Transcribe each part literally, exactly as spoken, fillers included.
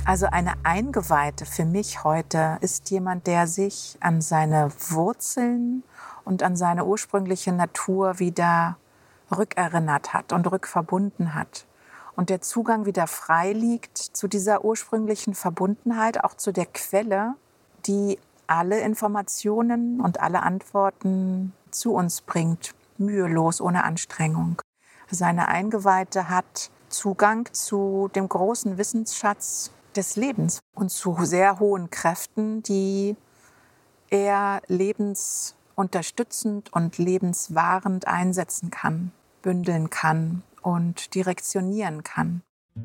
Also eine Eingeweihte für mich heute ist jemand, der sich an seine Wurzeln und an seine ursprüngliche Natur wieder rückerinnert hat und rückverbunden hat. Und der Zugang wieder frei liegt zu dieser ursprünglichen Verbundenheit, auch zu der Quelle, die alle Informationen und alle Antworten zu uns bringt, mühelos, ohne Anstrengung. Seine Eingeweihte hat Zugang zu dem großen Wissensschatz des Lebens und zu sehr hohen Kräften, die er lebensunterstützend und lebenswahrend einsetzen kann, bündeln kann und direktionieren kann.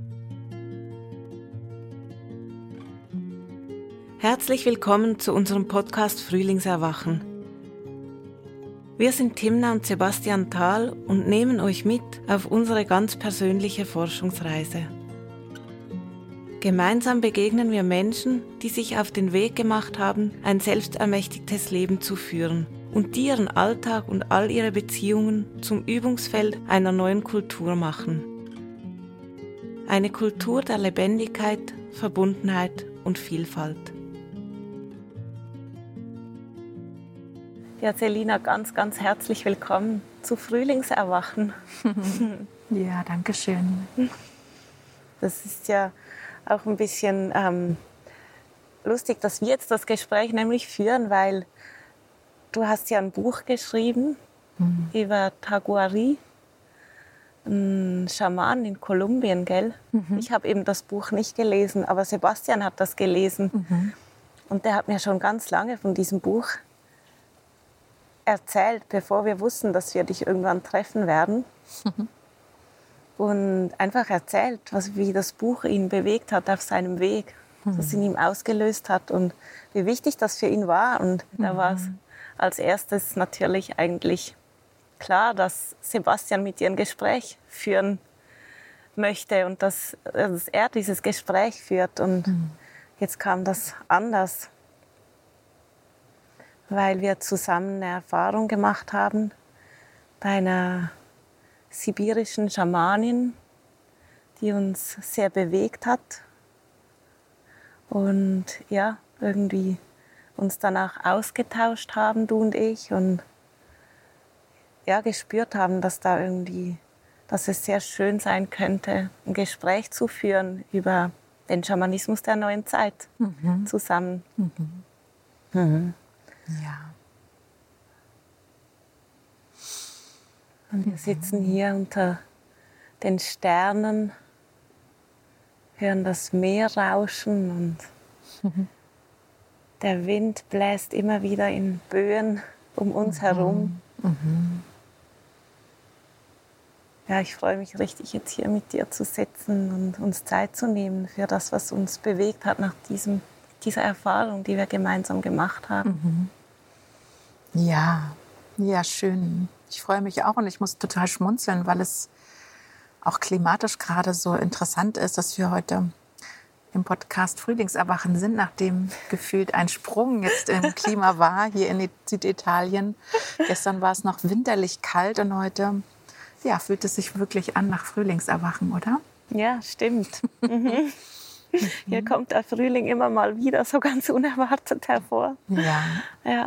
Herzlich willkommen zu unserem Podcast Frühlingserwachen. Wir sind Timna und Sebastian Thal und nehmen euch mit auf unsere ganz persönliche Forschungsreise. Gemeinsam begegnen wir Menschen, die sich auf den Weg gemacht haben, ein selbstermächtigtes Leben zu führen und die ihren Alltag und all ihre Beziehungen zum Übungsfeld einer neuen Kultur machen. Eine Kultur der Lebendigkeit, Verbundenheit und Vielfalt. Ja, Selina, ganz, ganz herzlich willkommen zu Frühlingserwachen. Ja, danke schön. Das ist ja auch ein bisschen ähm, lustig, dass wir jetzt das Gespräch nämlich führen, weil du hast ja ein Buch geschrieben mhm. über Taguari, ein Schaman in Kolumbien, gell? Mhm. Ich habe eben das Buch nicht gelesen, aber Sebastian hat das gelesen. Mhm. Und der hat mir schon ganz lange von diesem Buch erzählt, bevor wir wussten, dass wir dich irgendwann treffen werden. Mhm. Und einfach erzählt, was, wie das Buch ihn bewegt hat auf seinem Weg, mhm. was in ihm ausgelöst hat und wie wichtig das für ihn war. Und mhm. da war es als erstes natürlich eigentlich klar, dass Sebastian mit dir ein Gespräch führen möchte und dass, dass er dieses Gespräch führt. Und mhm. jetzt kam das anders, weil wir zusammen eine Erfahrung gemacht haben bei einer sibirischen Schamanin, die uns sehr bewegt hat und ja, irgendwie uns danach ausgetauscht haben, du und ich, und ja, gespürt haben, dass da irgendwie, dass es sehr schön sein könnte, ein Gespräch zu führen über den Schamanismus der neuen Zeit mhm. zusammen. Mhm. Mhm. Ja. Und wir sitzen hier unter den Sternen, hören das Meer rauschen und mhm. der Wind bläst immer wieder in Böen um uns mhm. herum. Mhm. Ja, ich freue mich richtig, jetzt hier mit dir zu sitzen und uns Zeit zu nehmen für das, was uns bewegt hat nach diesem, dieser Erfahrung, die wir gemeinsam gemacht haben. Mhm. Ja, ja, schön. Ich freue mich auch und ich muss total schmunzeln, weil es auch klimatisch gerade so interessant ist, dass wir heute im Podcast Frühlingserwachen sind, nachdem gefühlt ein Sprung jetzt im Klima war, hier in Süditalien. Gestern war es noch winterlich kalt und heute ja, fühlt es sich wirklich an nach Frühlingserwachen, oder? Ja, stimmt. Mhm. Hier kommt der Frühling immer mal wieder so ganz unerwartet hervor. Ja. Ja.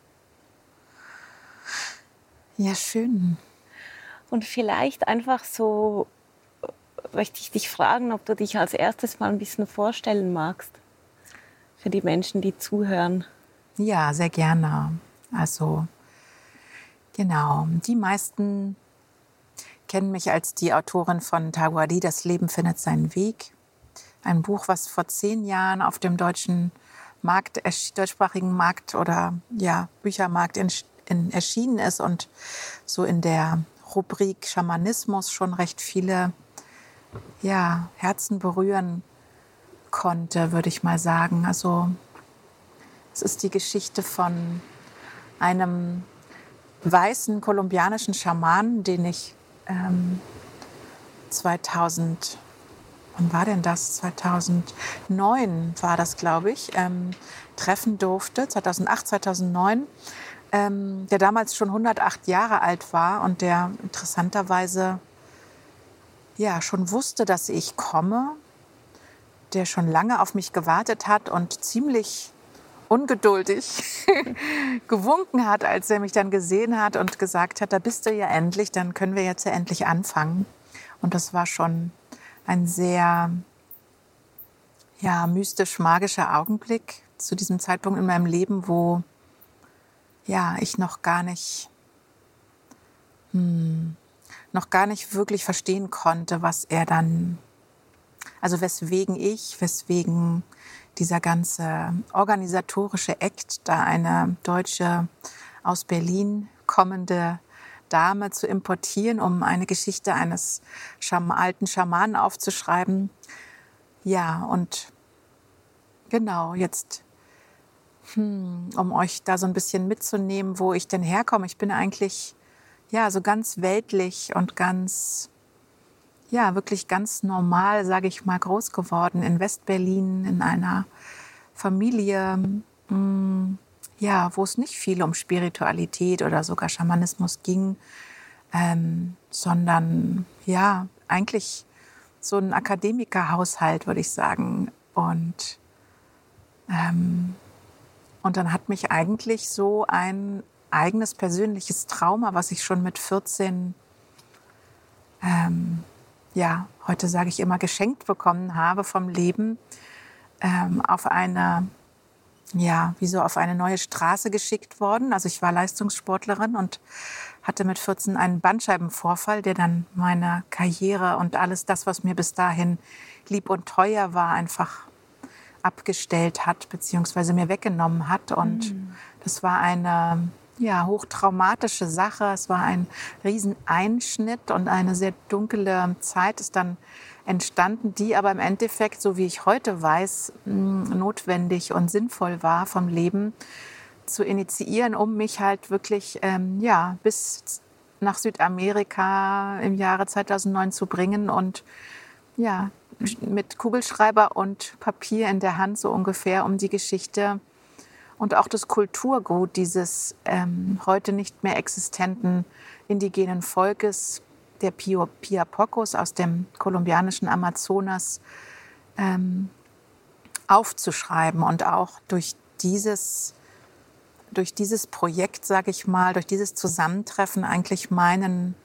Ja, schön. Und vielleicht einfach so, möchte ich dich fragen, ob du dich als erstes mal ein bisschen vorstellen magst für die Menschen, die zuhören. Ja, sehr gerne. Also, genau, die meisten kennen mich als die Autorin von Taguari, Das Leben findet seinen Weg. Ein Buch, was vor zehn Jahren auf dem deutschen Markt, deutschsprachigen Markt oder ja, Büchermarkt in, in, erschienen ist und so in der Rubrik Schamanismus schon recht viele ja, Herzen berühren konnte, würde ich mal sagen. Also es ist die Geschichte von einem weißen kolumbianischen Schamanen, den ich ähm, zweitausend, wann war denn das? zweitausendneun war das, glaube ich, ähm, treffen durfte, zweitausendacht, zweitausendneun, ähm, der damals schon hundertacht Jahre alt war und der interessanterweise ja schon wusste, dass ich komme, der schon lange auf mich gewartet hat und ziemlich ungeduldig gewunken hat, als er mich dann gesehen hat und gesagt hat, da bist du ja endlich, dann können wir jetzt ja endlich anfangen. Und das war schon ein sehr ja, mystisch-magischer Augenblick zu diesem Zeitpunkt in meinem Leben, wo ja, ich noch gar nicht, hm, noch gar nicht wirklich verstehen konnte, was er dann, also weswegen ich, weswegen dieser ganze organisatorische Act, da eine Deutsche aus Berlin kommende Dame zu importieren, um eine Geschichte eines Scham- alten Schamanen aufzuschreiben. Ja, und genau, jetzt, hm, um euch da so ein bisschen mitzunehmen, wo ich denn herkomme. Ich bin eigentlich ja so ganz weltlich und ganz, ja, wirklich ganz normal, sage ich mal, groß geworden in Westberlin, in einer Familie, mh, ja, wo es nicht viel um Spiritualität oder sogar Schamanismus ging, ähm, sondern ja, eigentlich so ein Akademikerhaushalt, würde ich sagen. Und, ähm, und dann hat mich eigentlich so ein eigenes persönliches Trauma, was ich schon mit vierzehn ähm, ja, heute sage ich immer, geschenkt bekommen habe vom Leben, ähm, auf eine, ja, wie so auf eine neue Straße geschickt worden. Also ich war Leistungssportlerin und hatte mit vierzehn einen Bandscheibenvorfall, der dann meine Karriere und alles das, was mir bis dahin lieb und teuer war, einfach abgestellt hat, beziehungsweise mir weggenommen hat. Und mhm. das war eine ja, hochtraumatische Sache. Es war ein Rieseneinschnitt und eine sehr dunkle Zeit ist dann entstanden, die aber im Endeffekt, so wie ich heute weiß, notwendig und sinnvoll war vom Leben zu initiieren, um mich halt wirklich ähm, ja, bis nach Südamerika im Jahre zweitausendneun zu bringen und ja, mit Kugelschreiber und Papier in der Hand so ungefähr, um die Geschichte und auch das Kulturgut dieses ähm, heute nicht mehr existenten indigenen Volkes, der Pio, Piapocos aus dem kolumbianischen Amazonas, ähm, aufzuschreiben und auch durch dieses, durch dieses Projekt, sage ich mal, durch dieses Zusammentreffen eigentlich meinen,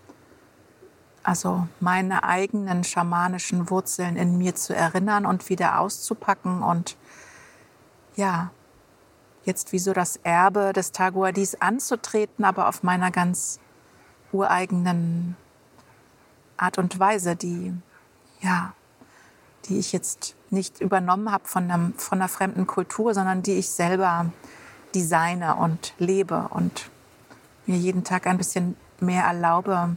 also meine eigenen schamanischen Wurzeln in mir zu erinnern und wieder auszupacken und ja, jetzt wie so das Erbe des Taguadis anzutreten, aber auf meiner ganz ureigenen Art und Weise, die, ja, die ich jetzt nicht übernommen habe von, einem, von einer fremden Kultur, sondern die ich selber designe und lebe und mir jeden Tag ein bisschen mehr erlaube,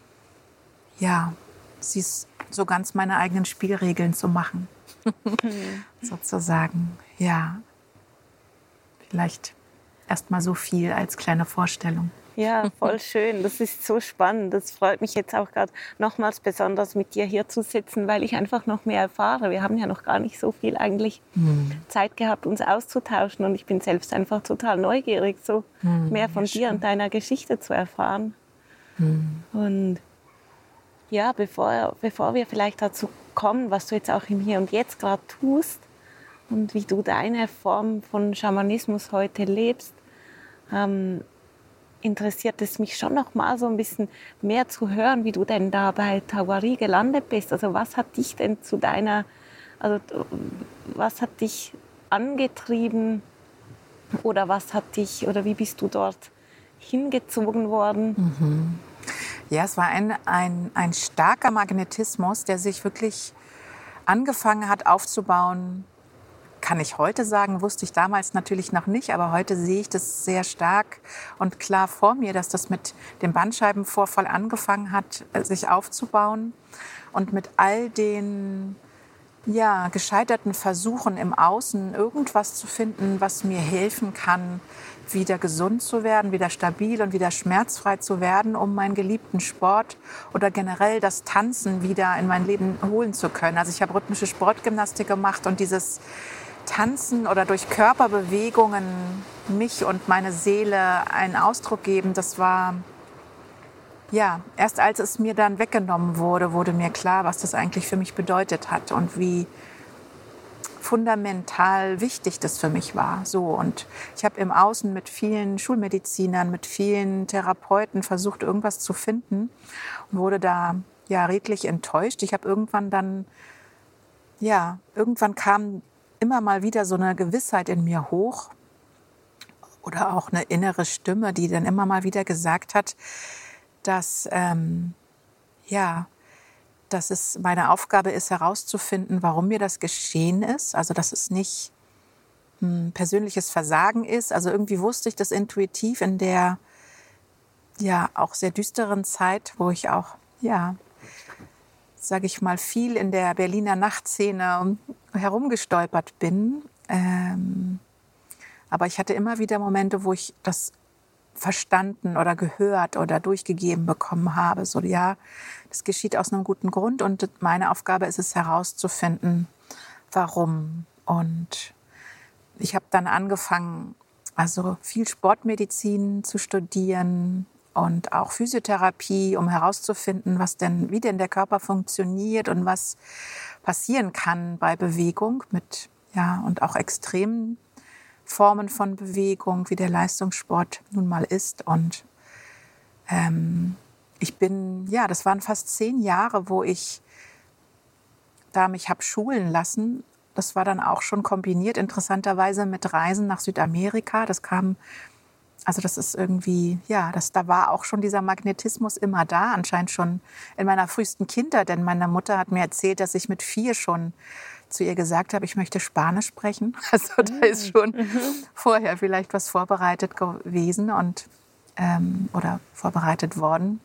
ja, sie so ganz meine eigenen Spielregeln zu machen, mhm. sozusagen, ja. Vielleicht erst mal so viel als kleine Vorstellung. Ja, voll schön. Das ist so spannend. Das freut mich jetzt auch gerade nochmals besonders, mit dir hier zu sitzen, weil ich einfach noch mehr erfahre. Wir haben ja noch gar nicht so viel eigentlich hm. Zeit gehabt, uns auszutauschen. Und ich bin selbst einfach total neugierig, so hm, mehr von ja, dir schön. Und deiner Geschichte zu erfahren. Hm. Und ja, bevor, bevor wir vielleicht dazu kommen, was du jetzt auch im Hier und Jetzt gerade tust, und wie du deine Form von Schamanismus heute lebst, ähm, interessiert es mich schon noch mal so ein bisschen mehr zu hören, wie du denn da bei Taguari gelandet bist. Also was hat dich denn zu deiner, also was hat dich angetrieben oder was hat dich, oder wie bist du dort hingezogen worden? Mhm. Ja, es war ein, ein, ein starker Magnetismus, der sich wirklich angefangen hat aufzubauen. Kann ich heute sagen, wusste ich damals natürlich noch nicht, aber heute sehe ich das sehr stark und klar vor mir, dass das mit dem Bandscheibenvorfall angefangen hat, sich aufzubauen und mit all den ja, gescheiterten Versuchen im Außen irgendwas zu finden, was mir helfen kann, wieder gesund zu werden, wieder stabil und wieder schmerzfrei zu werden, um meinen geliebten Sport oder generell das Tanzen wieder in mein Leben holen zu können. Also ich habe rhythmische Sportgymnastik gemacht und dieses Tanzen oder durch Körperbewegungen mich und meine Seele einen Ausdruck geben, das war, ja, erst als es mir dann weggenommen wurde, wurde mir klar, was das eigentlich für mich bedeutet hat und wie fundamental wichtig das für mich war. So, und ich habe im Außen mit vielen Schulmedizinern, mit vielen Therapeuten versucht, irgendwas zu finden und wurde da ja redlich enttäuscht. Ich habe irgendwann dann, ja, irgendwann kam immer mal wieder so eine Gewissheit in mir hoch oder auch eine innere Stimme, die dann immer mal wieder gesagt hat, dass, ähm, ja, dass es meine Aufgabe ist, herauszufinden, warum mir das geschehen ist. Also, dass es nicht ein persönliches Versagen ist. Also, irgendwie wusste ich das intuitiv in der, ja, auch sehr düsteren Zeit, wo ich auch, ja, sage ich mal, viel in der Berliner Nachtszene herumgestolpert bin. Ähm, aber ich hatte immer wieder Momente, wo ich das verstanden oder gehört oder durchgegeben bekommen habe. So, ja, das geschieht aus einem guten Grund und meine Aufgabe ist es herauszufinden, warum. Und ich habe dann angefangen, also viel Sportmedizin zu studieren und auch Physiotherapie, um herauszufinden, was denn, wie denn der Körper funktioniert und was passieren kann bei Bewegung mit, ja, und auch extremen Formen von Bewegung, wie der Leistungssport nun mal ist. Und ähm, ich bin, ja, das waren fast zehn Jahre, wo ich da mich habe schulen lassen. Das war dann auch schon kombiniert, interessanterweise, mit Reisen nach Südamerika. Das kam, also das ist irgendwie, ja, das, da war auch schon dieser Magnetismus immer da, anscheinend schon in meiner frühesten Kindheit. Denn meine Mutter hat mir erzählt, dass ich mit vier schon zu ihr gesagt habe, ich möchte Spanisch sprechen. Also da ist schon mhm. vorher vielleicht was vorbereitet gewesen und, ähm, oder vorbereitet worden.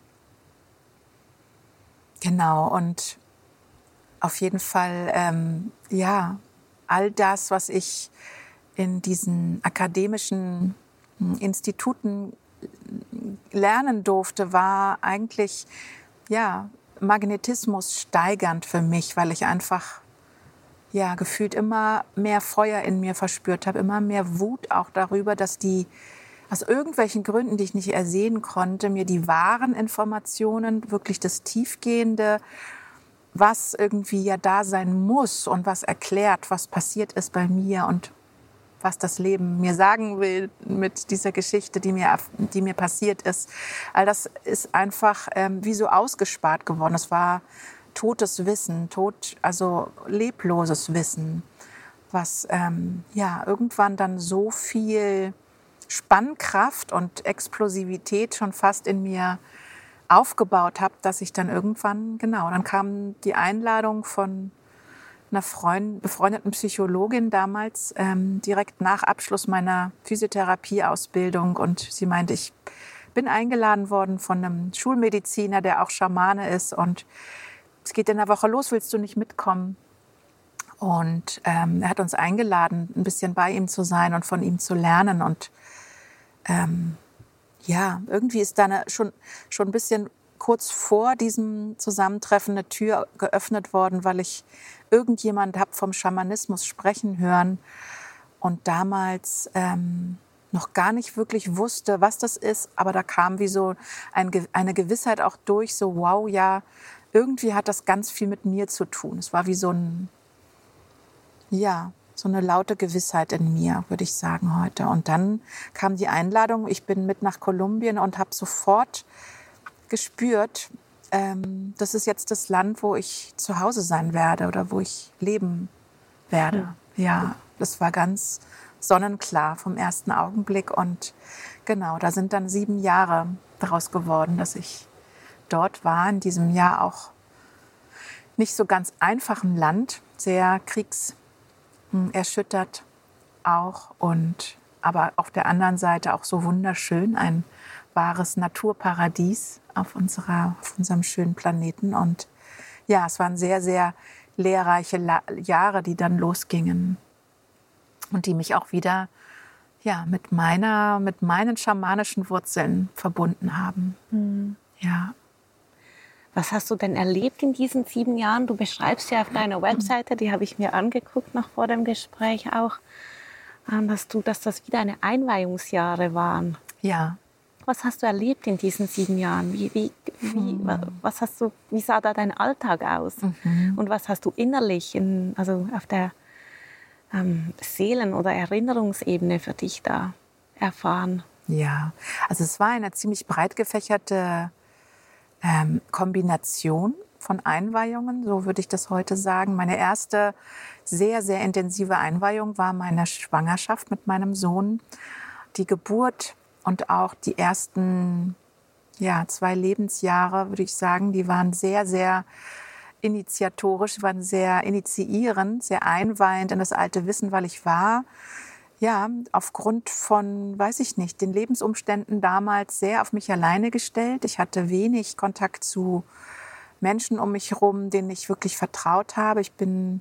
Genau, und auf jeden Fall, ähm, ja, all das, was ich in diesen akademischen Instituten lernen durfte, war eigentlich, ja, Magnetismus steigernd für mich, weil ich einfach, ja, gefühlt immer mehr Feuer in mir verspürt habe, immer mehr Wut auch darüber, dass die aus irgendwelchen Gründen, die ich nicht ersehen konnte, mir die wahren Informationen, wirklich das Tiefgehende, was irgendwie ja da sein muss und was erklärt, was passiert ist bei mir und was das Leben mir sagen will mit dieser Geschichte, die mir, die mir passiert ist. All das ist einfach ähm, wie so ausgespart geworden. Es war totes Wissen, tot, also lebloses Wissen, was ähm, ja irgendwann dann so viel Spannkraft und Explosivität schon fast in mir aufgebaut habe, dass ich dann irgendwann, genau, dann kam die Einladung von einer Freund, befreundeten Psychologin damals, ähm, direkt nach Abschluss meiner Physiotherapieausbildung, und sie meinte, ich bin eingeladen worden von einem Schulmediziner, der auch Schamane ist, und es geht in der Woche los, willst du nicht mitkommen? Und ähm, er hat uns eingeladen, ein bisschen bei ihm zu sein und von ihm zu lernen. Und ähm, ja, irgendwie ist da eine, schon, schon ein bisschen kurz vor diesem Zusammentreffen eine Tür geöffnet worden, weil ich irgendjemand habe vom Schamanismus sprechen hören und damals ähm, noch gar nicht wirklich wusste, was das ist. Aber da kam wie so ein, eine Gewissheit auch durch, so wow, ja, irgendwie hat das ganz viel mit mir zu tun. Es war wie so ein, ja, so eine laute Gewissheit in mir, würde ich sagen, heute. Und dann kam die Einladung, ich bin mit nach Kolumbien und habe sofort gespürt, ähm, das ist jetzt das Land, wo ich zu Hause sein werde oder wo ich leben werde. Ja, ja, das war ganz sonnenklar vom ersten Augenblick. Und genau, da sind dann sieben Jahre daraus geworden, dass ich dort war, in diesem Jahr auch nicht so ganz einfachen Land, sehr kriegserschüttert auch, und aber auf der anderen Seite auch so wunderschön, ein wahres Naturparadies auf, unserer, auf unserem schönen Planeten. Und ja, es waren sehr, sehr lehrreiche La- Jahre, die dann losgingen und die mich auch wieder, ja, mit meiner, mit meinen schamanischen Wurzeln verbunden haben. Mhm. Ja. Was hast du denn erlebt in diesen sieben Jahren? Du beschreibst ja auf deiner Webseite, die habe ich mir angeguckt noch vor dem Gespräch auch, dass, du, dass das wieder eine Einweihungsjahre waren. Ja. Was hast du erlebt in diesen sieben Jahren? Wie, wie, wie, was hast du, wie sah da dein Alltag aus? Mhm. Und was hast du innerlich, in, also auf der ähm, Seelen- oder Erinnerungsebene für dich da erfahren? Ja, also es war eine ziemlich breit gefächerte ähm, Kombination von Einweihungen, so würde ich das heute sagen. Meine erste sehr, sehr intensive Einweihung war meine Schwangerschaft mit meinem Sohn. Die Geburt und auch die ersten ja, zwei Lebensjahre, würde ich sagen, die waren sehr, sehr initiatorisch, waren sehr initiierend, sehr einweihend in das alte Wissen, weil ich war, ja, aufgrund von, weiß ich nicht, den Lebensumständen damals sehr auf mich alleine gestellt. Ich hatte wenig Kontakt zu Menschen um mich herum, denen ich wirklich vertraut habe. Ich bin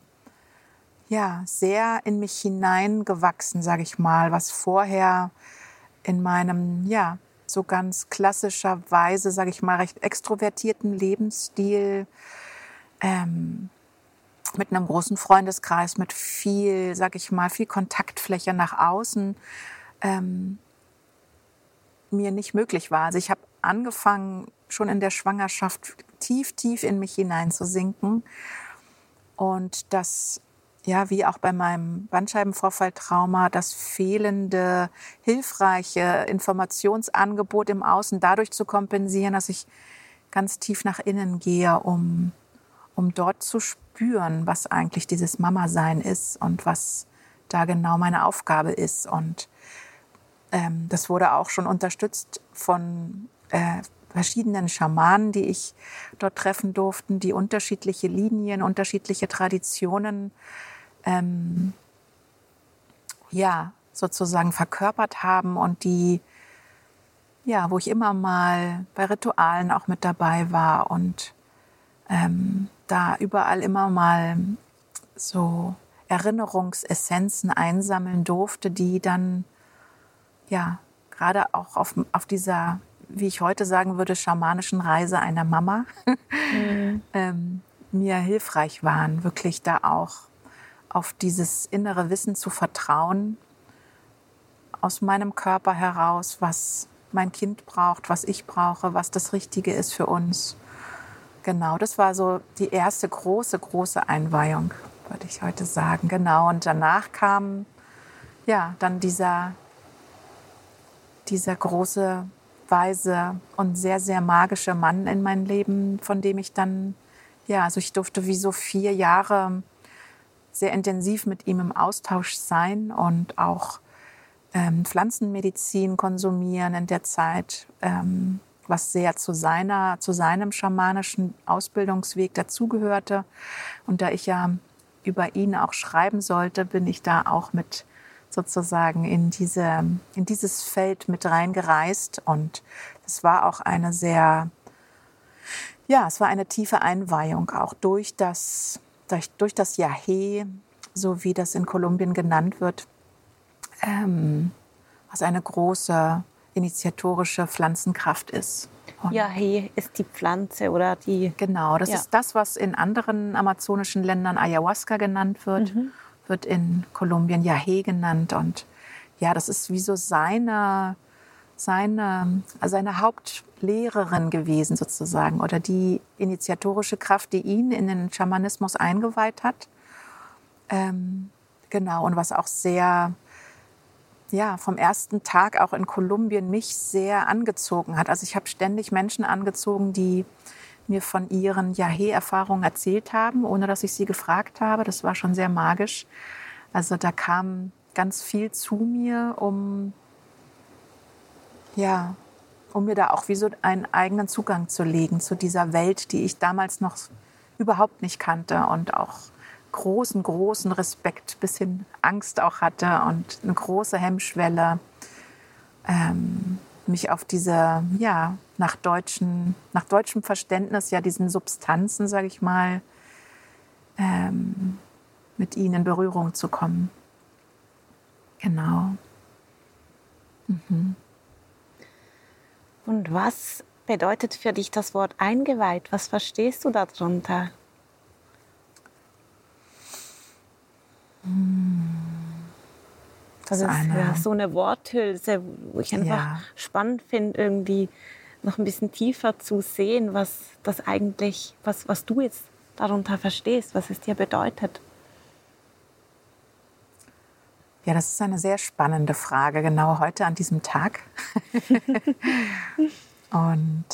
ja sehr in mich hineingewachsen, sage ich mal, was vorher in meinem, ja, so ganz klassischerweise, sage ich mal, recht extrovertierten Lebensstil ähm, mit einem großen Freundeskreis, mit viel, sag ich mal, viel Kontaktfläche nach außen ähm, mir nicht möglich war. Also ich habe angefangen, schon in der Schwangerschaft tief, tief in mich hineinzusinken. Und das, ja, wie auch bei meinem Bandscheibenvorfalltrauma, das fehlende, hilfreiche Informationsangebot im Außen dadurch zu kompensieren, dass ich ganz tief nach innen gehe, um um dort zu spüren, was eigentlich dieses Mama-Sein ist und was da genau meine Aufgabe ist. Und ähm, das wurde auch schon unterstützt von äh, verschiedenen Schamanen, die ich dort treffen durfte, die unterschiedliche Linien, unterschiedliche Traditionen ähm, ja, sozusagen verkörpert haben und die, ja, wo ich immer mal bei Ritualen auch mit dabei war und ähm, da überall immer mal so Erinnerungsessenzen einsammeln durfte, die dann ja gerade auch auf, auf dieser, wie ich heute sagen würde, schamanischen Reise einer Mama mhm. ähm, mir hilfreich waren, wirklich da auch auf dieses innere Wissen zu vertrauen, aus meinem Körper heraus, was mein Kind braucht, was ich brauche, was das Richtige ist für uns. Genau, das war so die erste große, große Einweihung, würde ich heute sagen. Genau, und danach kam ja dann dieser, dieser große, weise und sehr, sehr magische Mann in mein Leben, von dem ich dann, ja, also ich durfte wie so vier Jahre sehr intensiv mit ihm im Austausch sein und auch ähm, Pflanzenmedizin konsumieren in der Zeit, ähm, was sehr zu seiner, zu seinem schamanischen Ausbildungsweg dazugehörte. Und da ich ja über ihn auch schreiben sollte, bin ich da auch mit sozusagen in diese, in dieses Feld mit reingereist. Und es war auch eine sehr, ja, es war eine tiefe Einweihung, auch durch das, durch, durch das Yahé, so wie das in Kolumbien genannt wird, ähm, was eine große initiatorische Pflanzenkraft ist. Und Yahé ist die Pflanze oder die... Genau, das ja. ist das, was in anderen amazonischen Ländern Ayahuasca genannt wird, mhm. wird in Kolumbien Yahé genannt. Und ja, das ist wie so seine, seine, seine Hauptlehrerin gewesen sozusagen oder die initiatorische Kraft, die ihn in den Schamanismus eingeweiht hat. Ähm, genau, und was auch sehr... ja, vom ersten Tag auch in Kolumbien mich sehr angezogen hat. Also ich habe ständig Menschen angezogen, die mir von ihren Yahé-Erfahrungen erzählt haben, ohne dass ich sie gefragt habe. Das war schon sehr magisch. Also da kam ganz viel zu mir, um, ja, um mir da auch wie so einen eigenen Zugang zu legen zu dieser Welt, die ich damals noch überhaupt nicht kannte und auch großen, großen Respekt bis hin Angst auch hatte und eine große Hemmschwelle, ähm, mich auf diese, ja, nach, deutschen, nach deutschem Verständnis, ja, diesen Substanzen, sage ich mal, ähm, mit ihnen in Berührung zu kommen. Genau. Mhm. Und was bedeutet für dich das Wort eingeweiht? Was verstehst du darunter? Das ist eine, ja, so eine Worthülse, wo ich einfach ja. spannend finde, irgendwie noch ein bisschen tiefer zu sehen, was das eigentlich, was, was du jetzt darunter verstehst, was es dir bedeutet. Ja, das ist eine sehr spannende Frage, genau heute an diesem Tag. Und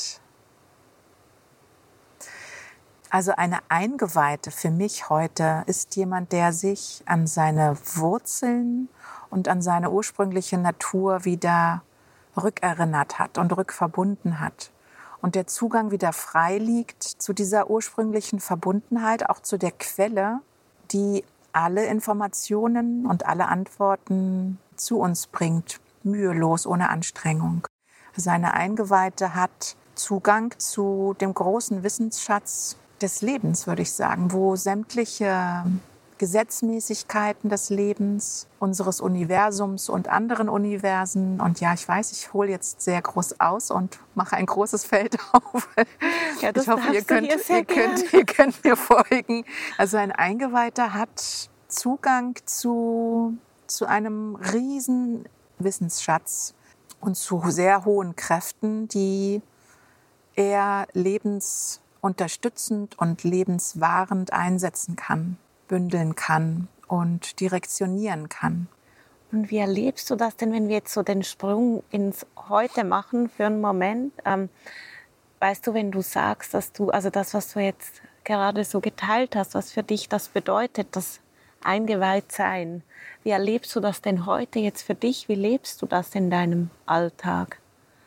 also eine Eingeweihte für mich heute ist jemand, der sich an seine Wurzeln und an seine ursprüngliche Natur wieder rückerinnert hat und rückverbunden hat. Und der Zugang wieder frei liegt zu dieser ursprünglichen Verbundenheit, auch zu der Quelle, die alle Informationen und alle Antworten zu uns bringt, mühelos, ohne Anstrengung. Seine Eingeweihte hat Zugang zu dem großen Wissensschatz des Lebens, würde ich sagen, wo sämtliche Gesetzmäßigkeiten des Lebens, unseres Universums und anderen Universen, und ja, ich weiß, ich hole jetzt sehr groß aus und mache ein großes Feld auf. Ja, das ich hoffe, ihr könnt, ihr, könnt, ihr könnt mir folgen. Also ein Eingeweihter hat Zugang zu, zu einem riesen Wissensschatz und zu sehr hohen Kräften, die er lebensunterstützend und lebenswahrend einsetzen kann, bündeln kann und direktionieren kann. Und wie erlebst du das denn, wenn wir jetzt so den Sprung ins Heute machen für einen Moment? Ähm, weißt du, wenn du sagst, dass du, also das, was du jetzt gerade so geteilt hast, was für dich das bedeutet, das Eingeweihtsein, wie erlebst du das denn heute jetzt für dich? Wie lebst du das in deinem Alltag?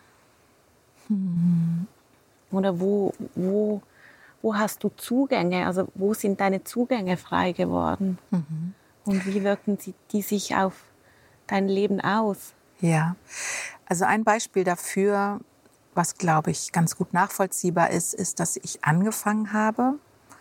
Hm. Oder wo, wo, wo hast du Zugänge, also wo sind deine Zugänge frei geworden? Mhm. Und wie wirken sie, die sich auf dein Leben aus? Ja, also ein Beispiel dafür, was, glaube ich, ganz gut nachvollziehbar ist, ist, dass ich angefangen habe,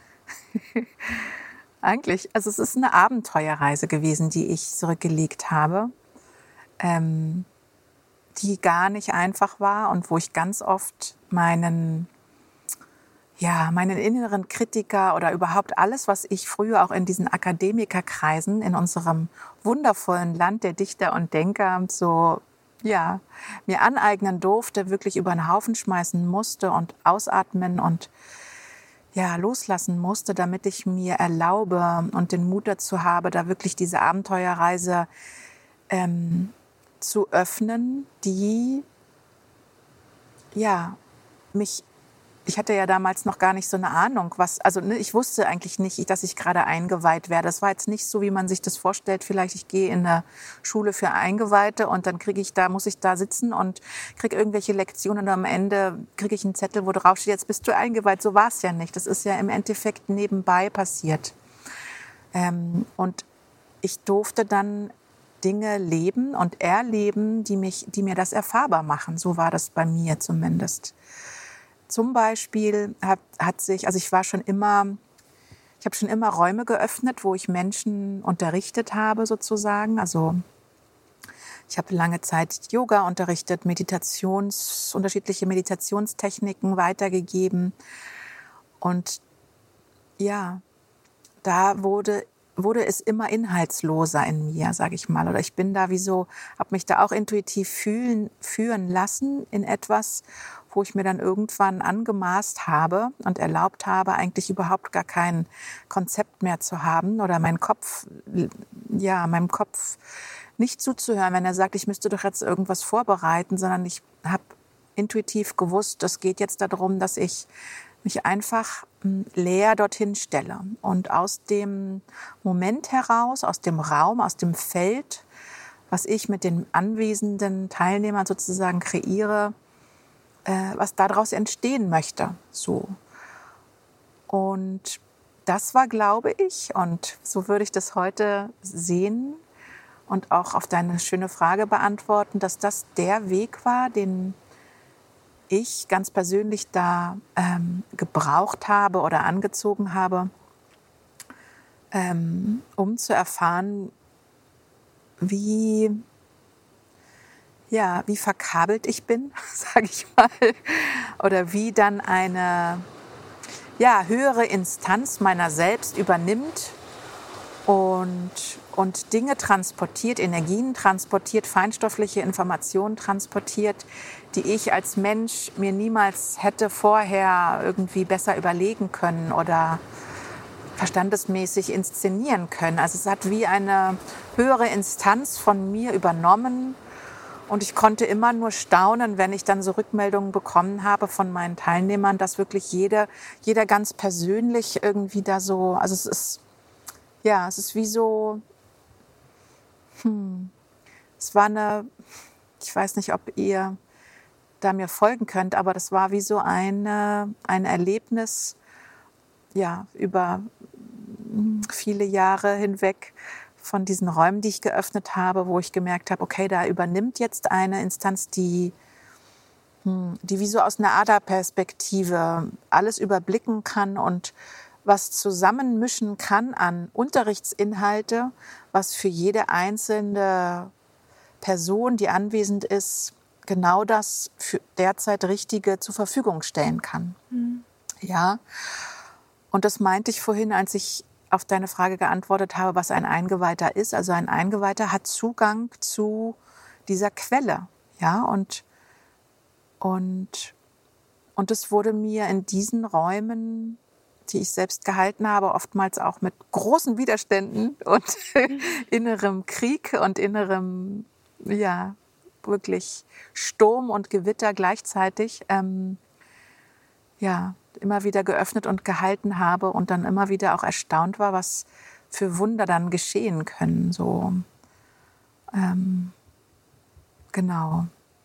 eigentlich, also es ist eine Abenteuerreise gewesen, die ich zurückgelegt habe, ähm, die gar nicht einfach war und wo ich ganz oft meinen, ja, meinen inneren Kritiker oder überhaupt alles, was ich früher auch in diesen Akademikerkreisen in unserem wundervollen Land der Dichter und Denker so, ja, mir aneignen durfte, wirklich über den Haufen schmeißen musste und ausatmen und ja, loslassen musste, damit ich mir erlaube und den Mut dazu habe, da wirklich diese Abenteuerreise ähm, zu öffnen, die ja mich, ich hatte ja damals noch gar nicht so eine Ahnung, was, also ne, ich wusste eigentlich nicht, dass ich gerade eingeweiht werde. Das war jetzt nicht so, wie man sich das vorstellt. Vielleicht ich gehe in eine Schule für Eingeweihte und dann kriege ich da, muss ich da sitzen und kriege irgendwelche Lektionen und am Ende kriege ich einen Zettel, wo drauf steht, jetzt bist du eingeweiht. So war es ja nicht. Das ist ja im Endeffekt nebenbei passiert. Ähm, und ich durfte dann Dinge leben und erleben, die mich, die mir das erfahrbar machen. So war das bei mir zumindest. Zum Beispiel hat, hat sich, also ich war schon immer, ich habe schon immer Räume geöffnet, wo ich Menschen unterrichtet habe sozusagen. Also ich habe lange Zeit Yoga unterrichtet, Meditations, unterschiedliche Meditationstechniken weitergegeben. Und ja, da wurde wurde es immer inhaltsloser in mir, sage ich mal. Oder ich bin da wie so, habe mich da auch intuitiv fühlen, führen lassen in etwas, wo ich mir dann irgendwann angemaßt habe und erlaubt habe, eigentlich überhaupt gar kein Konzept mehr zu haben oder mein Kopf, ja, meinem Kopf nicht zuzuhören, wenn er sagt, ich müsste doch jetzt irgendwas vorbereiten, sondern ich habe intuitiv gewusst, es geht jetzt darum, dass ich mich einfach leer dorthin stelle und aus dem Moment heraus, aus dem Raum, aus dem Feld, was ich mit den anwesenden Teilnehmern sozusagen kreiere, äh, was daraus entstehen möchte. So. Und das war, glaube ich, und so würde ich das heute sehen und auch auf deine schöne Frage beantworten, dass das der Weg war, den ich ganz persönlich da ähm, gebraucht habe oder angezogen habe, ähm, um zu erfahren, wie, ja, wie verkabelt ich bin, sage ich mal, oder wie dann eine ja, höhere Instanz meiner selbst übernimmt und, und Dinge transportiert, Energien transportiert, feinstoffliche Informationen transportiert, die ich als Mensch mir niemals hätte vorher irgendwie besser überlegen können oder verstandesmäßig inszenieren können. Also es hat wie eine höhere Instanz von mir übernommen. Und ich konnte immer nur staunen, wenn ich dann so Rückmeldungen bekommen habe von meinen Teilnehmern, dass wirklich jeder, jeder ganz persönlich irgendwie da so, also es ist, ja, es ist wie so, hm, es war eine, ich weiß nicht, ob ihr da mir folgen könnt, aber das war wie so eine, ein Erlebnis, ja, über viele Jahre hinweg von diesen Räumen, die ich geöffnet habe, wo ich gemerkt habe, okay, da übernimmt jetzt eine Instanz, die, die wie so aus einer Ada-Perspektive alles überblicken kann und was zusammenmischen kann an Unterrichtsinhalte, was für jede einzelne Person, die anwesend ist, genau das für derzeit Richtige zur Verfügung stellen kann. Mhm. Ja, und das meinte ich vorhin, als ich auf deine Frage geantwortet habe, was ein Eingeweihter ist. Also ein Eingeweihter hat Zugang zu dieser Quelle. Ja, und, und, und es wurde mir in diesen Räumen, die ich selbst gehalten habe, oftmals auch mit großen Widerständen und innerem Krieg und innerem, ja, wirklich Sturm und Gewitter gleichzeitig, ähm, ja, immer wieder geöffnet und gehalten habe und dann immer wieder auch erstaunt war, was für Wunder dann geschehen können. So, ähm, genau.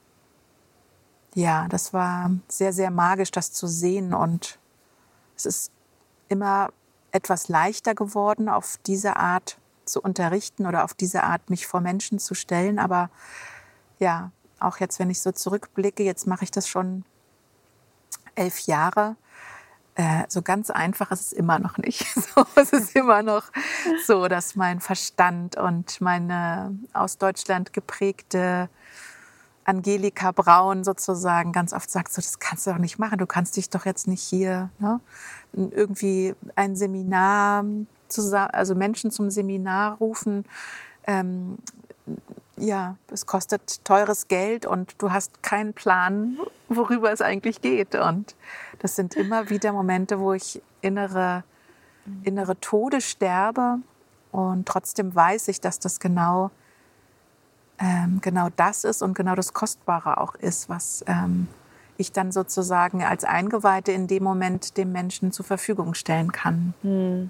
Ja, das war sehr, sehr magisch, das zu sehen. Und es ist immer etwas leichter geworden, auf diese Art zu unterrichten oder auf diese Art mich vor Menschen zu stellen. Aber ja, auch jetzt, wenn ich so zurückblicke, jetzt mache ich das schon elf Jahre. Äh, so ganz einfach ist es immer noch nicht. So, es ist immer noch so, dass mein Verstand und meine aus Deutschland geprägte Angelika Braun sozusagen ganz oft sagt, so, das kannst du doch nicht machen. Du kannst dich doch jetzt nicht hier, ne, irgendwie ein Seminar, zusammen, also Menschen zum Seminar rufen. Ähm, ja, es kostet teures Geld und du hast keinen Plan, worüber es eigentlich geht. Und das sind immer wieder Momente, wo ich innere, innere Tode sterbe. Und trotzdem weiß ich, dass das genau, ähm, genau das ist und genau das Kostbare auch ist, was ähm, ich dann sozusagen als Eingeweihte in dem Moment dem Menschen zur Verfügung stellen kann. Hm.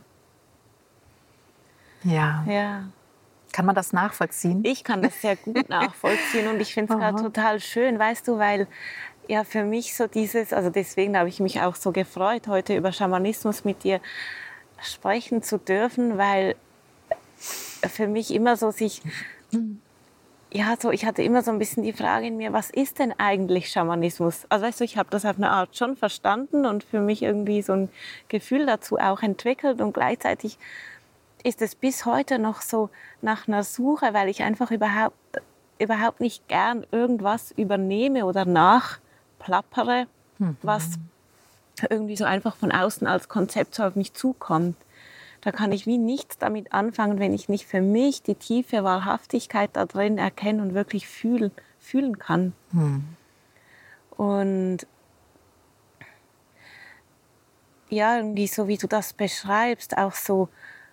Ja. Ja. Kann man das nachvollziehen? Ich kann das sehr gut nachvollziehen und ich finde es gerade total schön, weißt du, weil ja für mich so dieses, also deswegen habe ich mich auch so gefreut, heute über Schamanismus mit dir sprechen zu dürfen, weil für mich immer so sich, ja, so ich hatte immer so ein bisschen die Frage in mir, was ist denn eigentlich Schamanismus? Also weißt du, ich habe das auf eine Art schon verstanden und für mich irgendwie so ein Gefühl dazu auch entwickelt und gleichzeitig ist es bis heute noch so nach einer Suche, weil ich einfach überhaupt, überhaupt nicht gern irgendwas übernehme oder nachplappere, mhm. was irgendwie so einfach von außen als Konzept so auf mich zukommt. Da kann ich wie nichts damit anfangen, wenn ich nicht für mich die tiefe Wahrhaftigkeit da drin erkennen und wirklich fühlen, fühlen kann. Mhm. Und ja, irgendwie so wie du das beschreibst, auch so,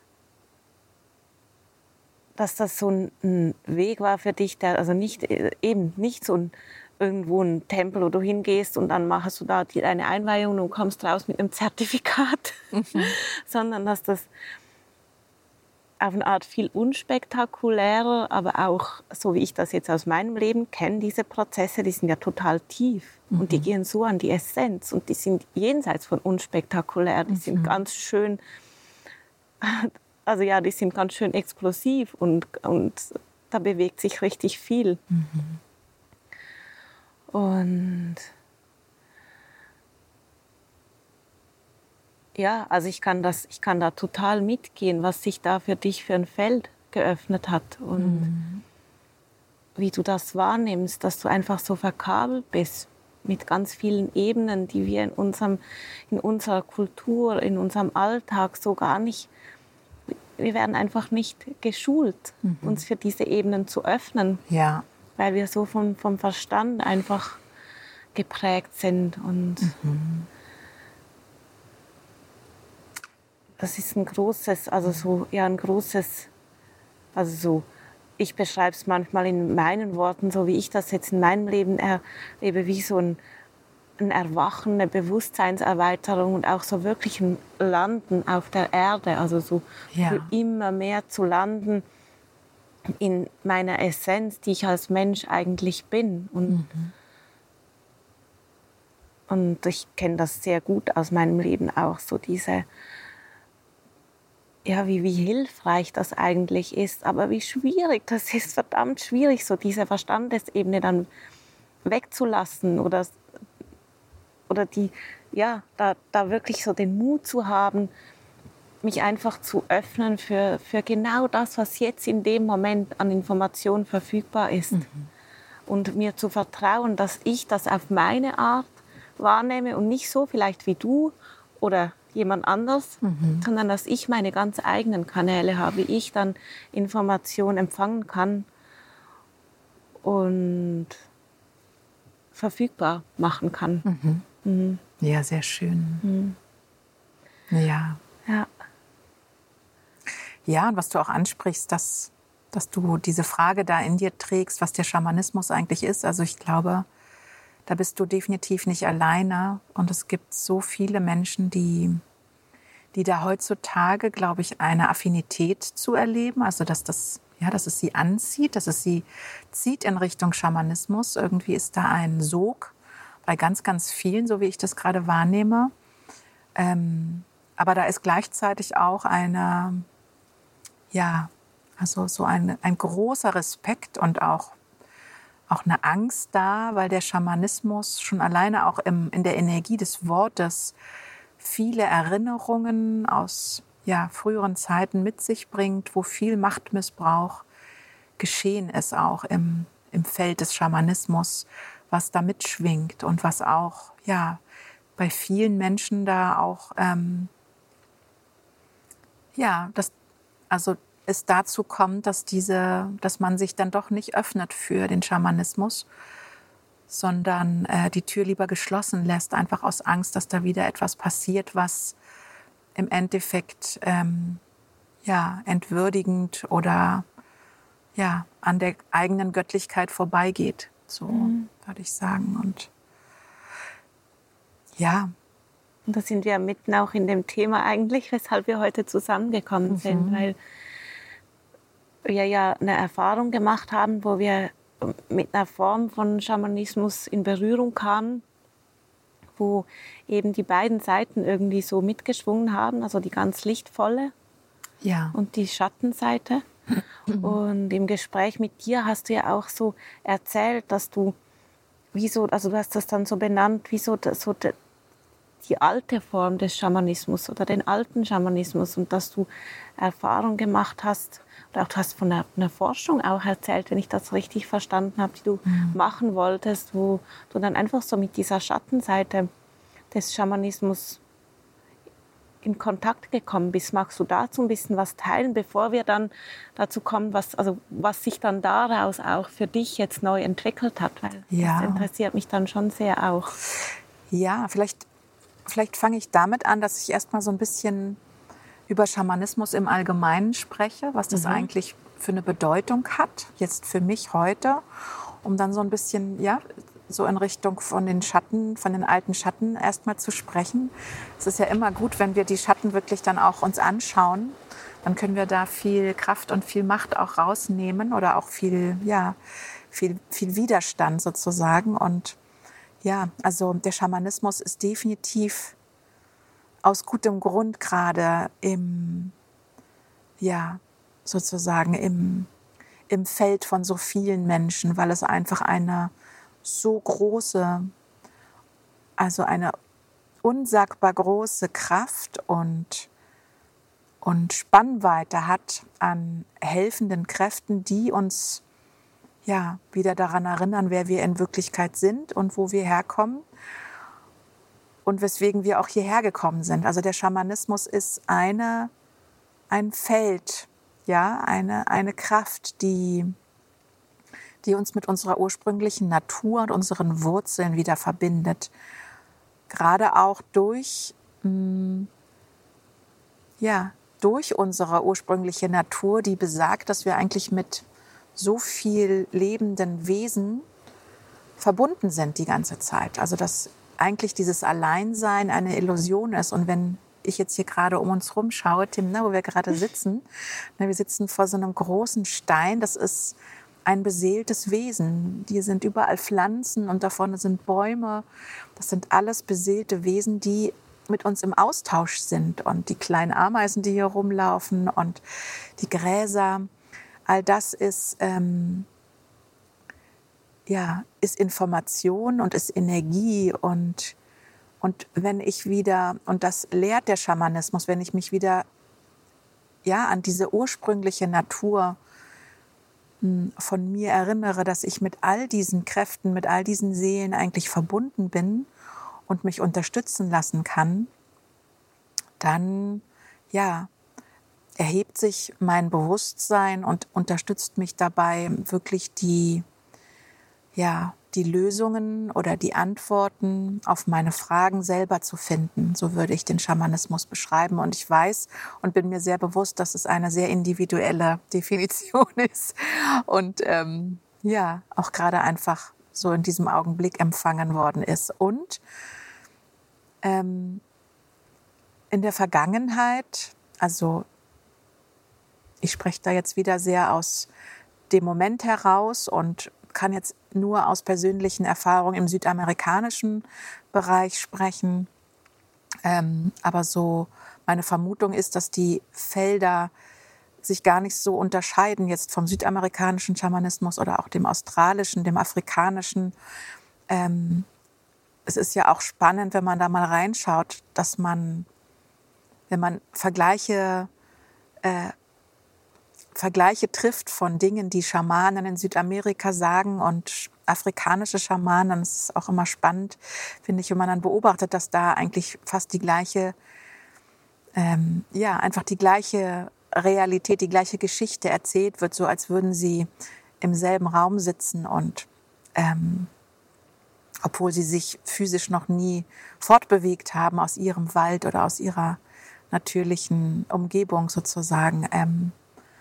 dass das so ein Weg war für dich, der also nicht eben nicht so ein, irgendwo ein Tempel, wo du hingehst und dann machst du da deine Einweihung und kommst raus mit einem Zertifikat, mhm. sondern dass das auf eine Art viel unspektakulärer, aber auch, so wie ich das jetzt aus meinem Leben kenne, diese Prozesse, die sind ja total tief mhm. und die gehen so an die Essenz und die sind jenseits von unspektakulär, die mhm. sind ganz schön, also ja, die sind ganz schön explosiv und, und da bewegt sich richtig viel. Mhm. Und ja, also ich kann, das, ich kann da total mitgehen, was sich da für dich für ein Feld geöffnet hat und mhm. wie du das wahrnimmst, dass du einfach so verkabelt bist mit ganz vielen Ebenen, die wir in, unserem, in unserer Kultur, in unserem Alltag so gar nicht, wir werden einfach nicht geschult, mhm. uns für diese Ebenen zu öffnen, ja. weil wir so vom, vom Verstand einfach geprägt sind und mhm. das ist ein großes, also so, ja, ein großes, also so, ich beschreibe es manchmal in meinen Worten, so wie ich das jetzt in meinem Leben erlebe, wie so ein, ein Erwachen, eine Bewusstseinserweiterung und auch so wirklich ein Landen auf der Erde, also so Ja. für immer mehr zu landen in meiner Essenz, die ich als Mensch eigentlich bin. Und, Mhm. und ich kenne das sehr gut aus meinem Leben auch, so diese, ja, wie, wie hilfreich das eigentlich ist, aber wie schwierig, das ist verdammt schwierig, so diese Verstandesebene dann wegzulassen oder, oder die, ja, da, da wirklich so den Mut zu haben, mich einfach zu öffnen für, für genau das, was jetzt in dem Moment an Informationen verfügbar ist. Mhm. Und mir zu vertrauen, dass ich das auf meine Art wahrnehme und nicht so vielleicht wie du oder jemand anders, mhm. sondern dass ich meine ganz eigenen Kanäle habe, wie ich dann Informationen empfangen kann und verfügbar machen kann. Mhm. Mhm. Ja, sehr schön. Mhm. Ja. Ja. Ja, und was du auch ansprichst, dass, dass du diese Frage da in dir trägst, was der Schamanismus eigentlich ist. Also ich glaube, da bist du definitiv nicht alleine. Und es gibt so viele Menschen, die, die da heutzutage, glaube ich, eine Affinität zu erleben. Also dass, das, ja, dass es sie anzieht, dass es sie zieht in Richtung Schamanismus. Irgendwie ist da ein Sog bei ganz, ganz vielen, so wie ich das gerade wahrnehme. Ähm, aber da ist gleichzeitig auch eine... Ja, also so ein, ein großer Respekt und auch, auch eine Angst da, weil der Schamanismus schon alleine auch im, in der Energie des Wortes viele Erinnerungen aus ja, früheren Zeiten mit sich bringt, wo viel Machtmissbrauch geschehen ist, auch im, im Feld des Schamanismus, was da mitschwingt und was auch ja, bei vielen Menschen da auch ähm, ja, das also es dazu kommt, dass, diese, dass man sich dann doch nicht öffnet für den Schamanismus, sondern äh, die Tür lieber geschlossen lässt, einfach aus Angst, dass da wieder etwas passiert, was im Endeffekt ähm, ja, entwürdigend oder ja, an der eigenen Göttlichkeit vorbeigeht, so mhm. würde ich sagen. Und ja, und da sind wir mitten auch in dem Thema eigentlich, weshalb wir heute zusammengekommen mhm. sind, weil wir ja eine Erfahrung gemacht haben, wo wir mit einer Form von Schamanismus in Berührung kamen, wo eben die beiden Seiten irgendwie so mitgeschwungen haben, also die ganz lichtvolle ja. und die Schattenseite. Mhm. Und im Gespräch mit dir hast du ja auch so erzählt, dass du, wie so, also du hast das dann so benannt, wie so, so die alte Form des Schamanismus oder den alten Schamanismus und dass du Erfahrung gemacht hast, oder auch du hast von einer, einer Forschung auch erzählt, wenn ich das richtig verstanden habe, die du mhm. machen wolltest, wo du dann einfach so mit dieser Schattenseite des Schamanismus in Kontakt gekommen bist. Magst du dazu ein bisschen was teilen, bevor wir dann dazu kommen, was, also was sich dann daraus auch für dich jetzt neu entwickelt hat? Weil ja. das interessiert mich dann schon sehr auch. Ja, vielleicht Vielleicht fange ich damit an, dass ich erst mal so ein bisschen über Schamanismus im Allgemeinen spreche, was das mhm. eigentlich für eine Bedeutung hat, jetzt für mich heute, um dann so ein bisschen, ja, so in Richtung von den Schatten, von den alten Schatten erst mal zu sprechen. Es ist ja immer gut, wenn wir die Schatten wirklich dann auch uns anschauen, dann können wir da viel Kraft und viel Macht auch rausnehmen oder auch viel, ja, viel, viel Widerstand sozusagen. Und ja, also der Schamanismus ist definitiv aus gutem Grund gerade im, ja, sozusagen im, im Feld von so vielen Menschen, weil es einfach eine so große, also eine unsagbar große Kraft und, und Spannweite hat an helfenden Kräften, die uns ja, wieder daran erinnern, wer wir in Wirklichkeit sind und wo wir herkommen und weswegen wir auch hierher gekommen sind. Also der Schamanismus ist eine, ein Feld, ja, eine, eine Kraft, die, die uns mit unserer ursprünglichen Natur und unseren Wurzeln wieder verbindet. Gerade auch durch, mh, ja, durch unsere ursprüngliche Natur, die besagt, dass wir eigentlich mit so viel lebenden Wesen verbunden sind die ganze Zeit. Also dass eigentlich dieses Alleinsein eine Illusion ist. Und wenn ich jetzt hier gerade um uns rum schaue, Tim, ne, wo wir gerade sitzen, ne, wir sitzen vor so einem großen Stein, das ist ein beseeltes Wesen. Hier sind überall Pflanzen und da vorne sind Bäume. Das sind alles beseelte Wesen, die mit uns im Austausch sind. Und die kleinen Ameisen, die hier rumlaufen und die Gräser, all das ist, ähm, ja, ist Information und ist Energie. Und, und wenn ich wieder, und das lehrt der Schamanismus, wenn ich mich wieder ja, an diese ursprüngliche Natur von mir erinnere, dass ich mit all diesen Kräften, mit all diesen Seelen eigentlich verbunden bin und mich unterstützen lassen kann, dann ja, erhebt sich mein Bewusstsein und unterstützt mich dabei, wirklich die, ja, die Lösungen oder die Antworten auf meine Fragen selber zu finden. So würde ich den Schamanismus beschreiben. Und ich weiß und bin mir sehr bewusst, dass es eine sehr individuelle Definition ist und ähm, ja, auch gerade einfach so in diesem Augenblick empfangen worden ist. Und ähm, in der Vergangenheit, also ich spreche da jetzt wieder sehr aus dem Moment heraus und kann jetzt nur aus persönlichen Erfahrungen im südamerikanischen Bereich sprechen. Ähm, aber so meine Vermutung ist, dass die Felder sich gar nicht so unterscheiden jetzt vom südamerikanischen Schamanismus oder auch dem australischen, dem afrikanischen. Ähm, es ist ja auch spannend, wenn man da mal reinschaut, dass man, wenn man Vergleiche äh, Vergleiche trifft von Dingen, die Schamanen in Südamerika sagen und afrikanische Schamanen. Das ist auch immer spannend, finde ich, wenn man dann beobachtet, dass da eigentlich fast die gleiche, ähm, ja, einfach die gleiche Realität, die gleiche Geschichte erzählt wird, so als würden sie im selben Raum sitzen und ähm, obwohl sie sich physisch noch nie fortbewegt haben aus ihrem Wald oder aus ihrer natürlichen Umgebung sozusagen. Ähm,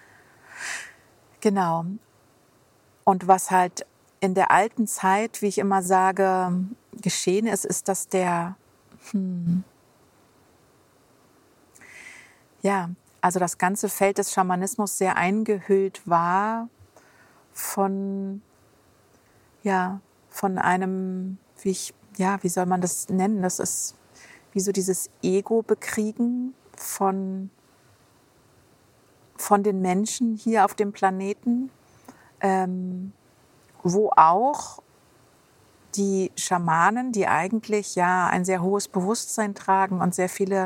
Genau. Und was halt in der alten Zeit, wie ich immer sage, geschehen ist, ist, dass der, hm, ja, also das ganze Feld des Schamanismus sehr eingehüllt war von, ja, von einem, wie ich, ja, wie soll man das nennen? Das ist wie so dieses Ego-Bekriegen von von den Menschen hier auf dem Planeten, ähm, wo auch die Schamanen, die eigentlich ja ein sehr hohes Bewusstsein tragen und sehr viele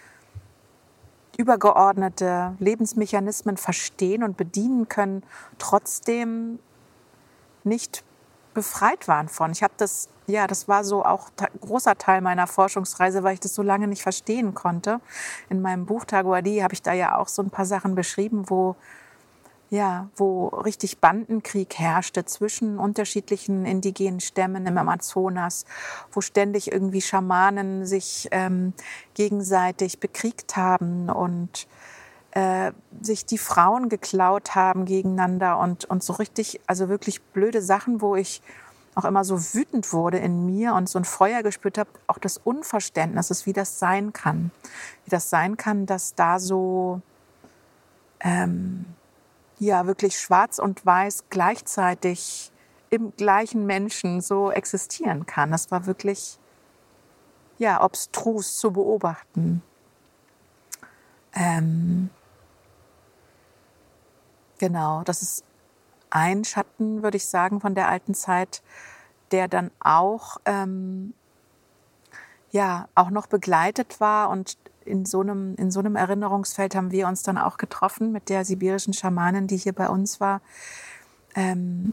übergeordnete Lebensmechanismen verstehen und bedienen können, trotzdem nicht befreit waren von. Ich habe das, ja, das war so auch ein großer Teil meiner Forschungsreise, weil ich das so lange nicht verstehen konnte. In meinem Buch Taguadi habe ich da ja auch so ein paar Sachen beschrieben, wo, ja, wo richtig Bandenkrieg herrschte zwischen unterschiedlichen indigenen Stämmen im Amazonas, wo ständig irgendwie Schamanen sich ähm, gegenseitig bekriegt haben und äh, sich die Frauen geklaut haben gegeneinander und, und so richtig, also wirklich blöde Sachen, wo ich auch immer so wütend wurde in mir und so ein Feuer gespürt habe, auch des Unverständnisses, wie das sein kann. Wie das sein kann, dass da so ähm, ja wirklich schwarz und weiß gleichzeitig im gleichen Menschen so existieren kann. Das war wirklich ja obstrus zu beobachten. Ähm, Genau, das ist ein Schatten, würde ich sagen, von der alten Zeit, der dann auch, ähm, ja, auch noch begleitet war. Und in so einem, in so einem Erinnerungsfeld haben wir uns dann auch getroffen mit der sibirischen Schamanin, die hier bei uns war, ähm,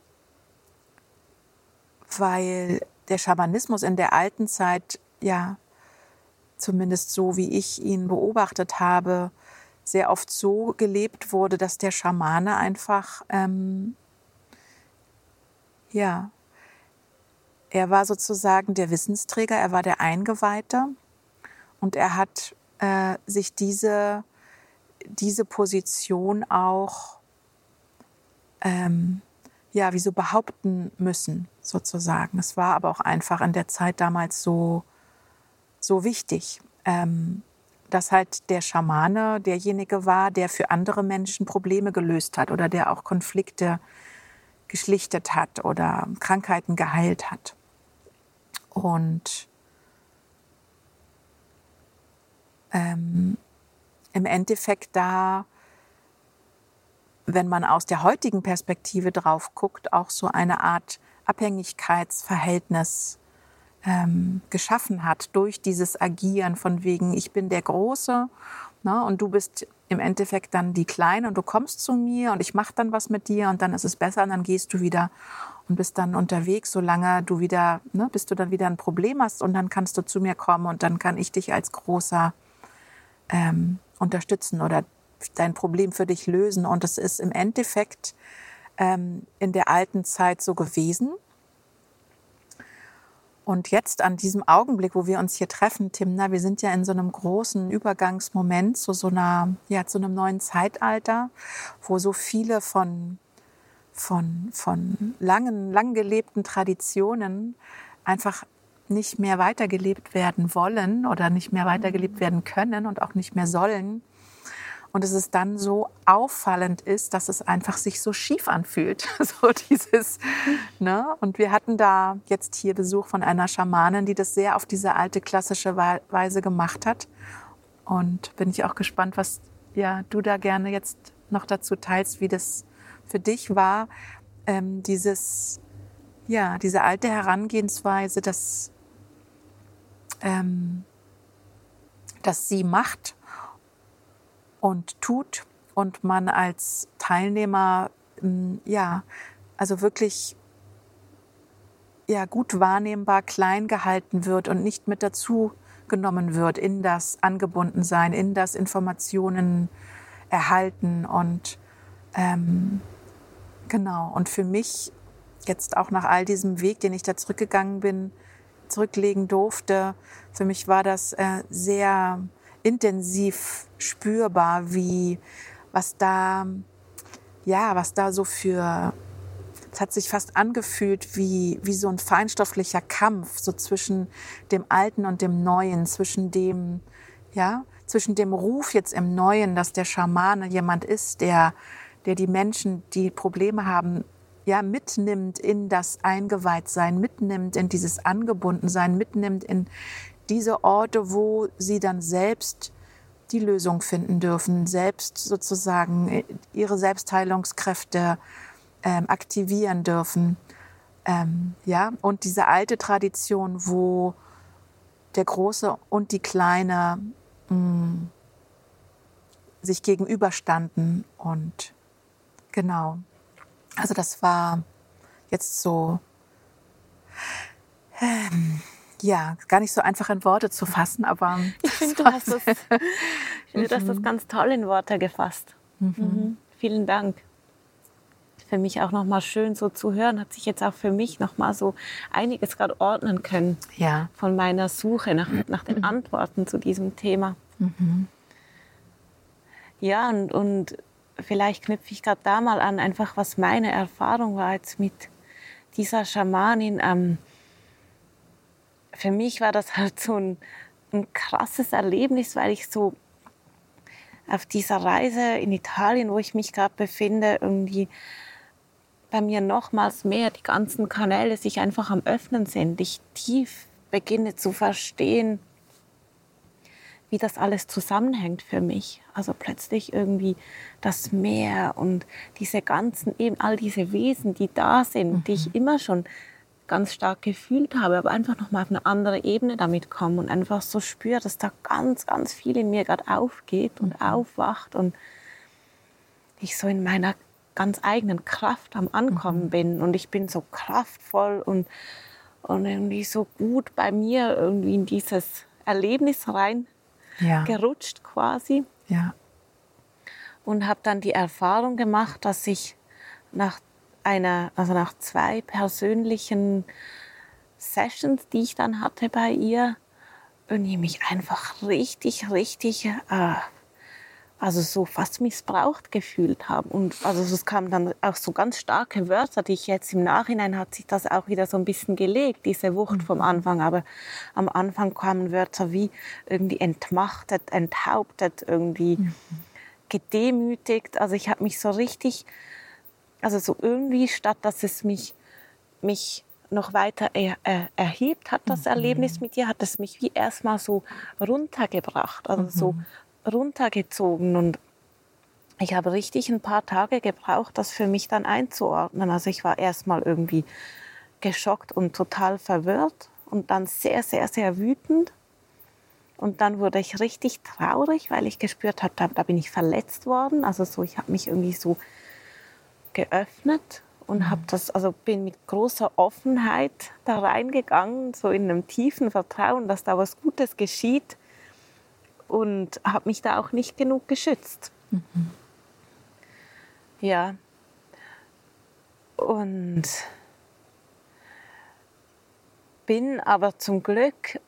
weil der Schamanismus in der alten Zeit, ja, zumindest so wie ich ihn beobachtet habe, sehr oft so gelebt wurde, dass der Schamane einfach, ähm, ja, er war sozusagen der Wissensträger, er war der Eingeweihte und er hat äh, sich diese, diese Position auch ähm, ja, wie so behaupten müssen, sozusagen. Es war aber auch einfach in der Zeit damals so, so wichtig, ähm, dass halt der Schamane derjenige war, der für andere Menschen Probleme gelöst hat oder der auch Konflikte geschlichtet hat oder Krankheiten geheilt hat. Und ähm, im Endeffekt da, wenn man aus der heutigen Perspektive drauf guckt, auch so eine Art Abhängigkeitsverhältnis ähm, geschaffen hat durch dieses Agieren von wegen, ich bin der Große, ne, und du bist im Endeffekt dann die Kleine und du kommst zu mir und ich mache dann was mit dir und dann ist es besser und dann gehst du wieder und bist dann unterwegs, solange du wieder, ne, bis du dann wieder ein Problem hast und dann kannst du zu mir kommen und dann kann ich dich als Großer ähm, unterstützen oder dein Problem für dich lösen. Und es ist im Endeffekt ähm, in der alten Zeit so gewesen. Und jetzt an diesem Augenblick, wo wir uns hier treffen, Timna, wir sind ja in so einem großen Übergangsmoment zu so einer, ja, zu einem neuen Zeitalter, wo so viele von, von, von langen, lang gelebten Traditionen einfach nicht mehr weitergelebt werden wollen oder nicht mehr weitergelebt werden können und auch nicht mehr sollen. Und es ist dann so auffallend ist, dass es einfach sich so schief anfühlt. So dieses, ne? Und wir hatten da jetzt hier Besuch von einer Schamanin, die das sehr auf diese alte klassische Weise gemacht hat. Und bin ich auch gespannt, was ja, du da gerne jetzt noch dazu teilst, wie das für dich war, ähm, dieses, ja, diese alte Herangehensweise, dass, ähm, dass sie macht und tut und man als Teilnehmer ja, also wirklich ja, gut wahrnehmbar klein gehalten wird und nicht mit dazu genommen wird in das Angebundensein, in das Informationen erhalten und ähm, genau. Und für mich jetzt auch nach all diesem Weg, den ich da zurückgegangen bin, zurücklegen durfte, für mich war das äh, sehr intensiv spürbar, wie was da, ja, was da so für, es hat sich fast angefühlt wie, wie so ein feinstofflicher Kampf, so zwischen dem Alten und dem Neuen, zwischen dem, ja, zwischen dem Ruf jetzt im Neuen, dass der Schamane jemand ist, der, der die Menschen, die Probleme haben, ja, mitnimmt in das Eingeweihtsein, mitnimmt in dieses Angebundensein, mitnimmt in diese Orte, wo sie dann selbst die Lösung finden dürfen, selbst sozusagen ihre Selbstheilungskräfte ähm, aktivieren dürfen. Ähm, ja? Und diese alte Tradition, wo der Große und die Kleine mh, sich gegenüberstanden. Und genau, also das war jetzt so, ähm, ja, gar nicht so einfach in Worte zu fassen, aber ich finde, du hast das, ich finde, du hast das ganz toll in Worte gefasst. Mhm. Mhm. Vielen Dank. Für mich auch noch mal schön so zu hören, hat sich jetzt auch für mich noch mal so einiges gerade ordnen können, ja, von meiner Suche nach, nach den Antworten zu diesem Thema. Mhm. Ja, und, und vielleicht knüpfe ich gerade da mal an, einfach was meine Erfahrung war jetzt mit dieser Schamanin. Ähm, für mich war das halt so ein, ein krasses Erlebnis, weil ich so auf dieser Reise in Italien, wo ich mich gerade befinde, irgendwie bei mir nochmals mehr die ganzen Kanäle sich einfach am Öffnen sind. Ich tief beginne zu verstehen, wie das alles zusammenhängt für mich. Also plötzlich irgendwie das Meer und diese ganzen, eben all diese Wesen, die da sind, mhm. die ich immer schon ganz stark gefühlt habe, aber einfach nochmal auf eine andere Ebene damit kommen und einfach so spüre, dass da ganz, ganz viel in mir gerade aufgeht und mhm. aufwacht und ich so in meiner ganz eigenen Kraft am Ankommen mhm. bin und ich bin so kraftvoll und, und irgendwie so gut bei mir irgendwie in dieses Erlebnis rein ja. gerutscht quasi. Ja. Und habe dann die Erfahrung gemacht, dass ich nach einer, also nach zwei persönlichen Sessions, die ich dann hatte bei ihr, irgendwie mich einfach richtig, richtig, äh, also so fast missbraucht gefühlt habe. Und also es kamen dann auch so ganz starke Wörter, die ich jetzt im Nachhinein hat sich das auch wieder so ein bisschen gelegt, diese Wucht vom Anfang. Aber am Anfang kamen Wörter wie irgendwie entmachtet, enthauptet, irgendwie mhm. gedemütigt. Also ich habe mich so richtig, also so irgendwie statt, dass es mich, mich noch weiter er, er, erhebt hat, das mhm. Erlebnis mit dir, hat es mich wie erstmal so runtergebracht, also mhm. so runtergezogen. Und ich habe richtig ein paar Tage gebraucht, das für mich dann einzuordnen. Also ich war erstmal irgendwie geschockt und total verwirrt und dann sehr, sehr, sehr wütend. Und dann wurde ich richtig traurig, weil ich gespürt habe, da, da bin ich verletzt worden. Also so, ich habe mich irgendwie so geöffnet und mhm. habe das, also bin mit großer Offenheit da reingegangen, so in einem tiefen Vertrauen, dass da was Gutes geschieht. Und habe mich da auch nicht genug geschützt. Mhm. Ja. Und bin aber zum Glück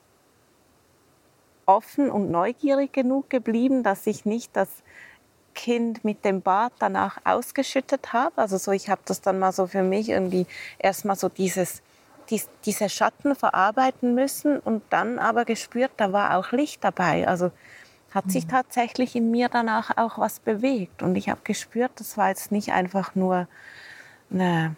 offen und neugierig genug geblieben, dass ich nicht das Kind mit dem Bad danach ausgeschüttet habe. Also so, ich habe das dann mal so für mich irgendwie erstmal so dieses, dies, diese Schatten verarbeiten müssen und dann aber gespürt, da war auch Licht dabei. Also hat sich tatsächlich in mir danach auch was bewegt. Und ich habe gespürt, das war jetzt nicht einfach nur eine,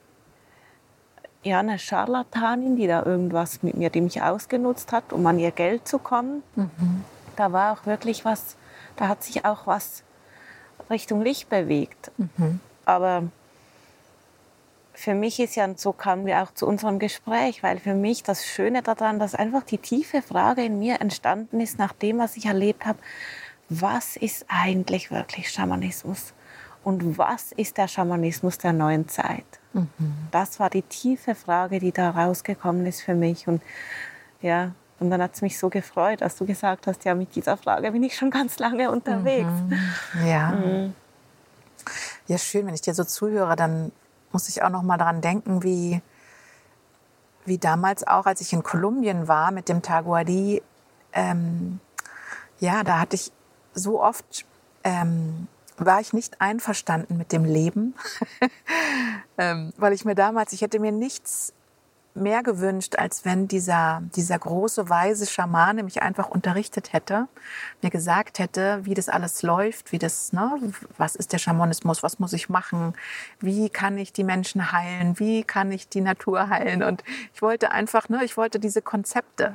ja, eine Scharlatanin, die da irgendwas mit mir, die mich ausgenutzt hat, um an ihr Geld zu kommen. Mhm. Da war auch wirklich was, da hat sich auch was Richtung Licht bewegt. Mhm. Aber für mich ist ja, und so kamen wir auch zu unserem Gespräch, weil für mich das Schöne daran, dass einfach die tiefe Frage in mir entstanden ist, nach dem, was ich erlebt habe, was ist eigentlich wirklich Schamanismus? Und was ist der Schamanismus der neuen Zeit? Mhm. Das war die tiefe Frage, die da rausgekommen ist für mich. Und ja, und dann hat es mich so gefreut, als du gesagt hast, ja, mit dieser Frage bin ich schon ganz lange unterwegs. Mhm. Ja. Mhm. Ja, schön, wenn ich dir so zuhöre, dann muss ich auch noch mal daran denken, wie, wie damals auch, als ich in Kolumbien war mit dem Taguari, ähm, ja, da hatte ich so oft, ähm, war ich nicht einverstanden mit dem Leben, ähm, weil ich mir damals, ich hätte mir nichts mehr gewünscht, als wenn dieser, dieser große, weise Schamane mich einfach unterrichtet hätte, mir gesagt hätte, wie das alles läuft, wie das, ne, was ist der Schamanismus, was muss ich machen, wie kann ich die Menschen heilen, wie kann ich die Natur heilen. Und ich wollte einfach, ne, ich wollte diese Konzepte.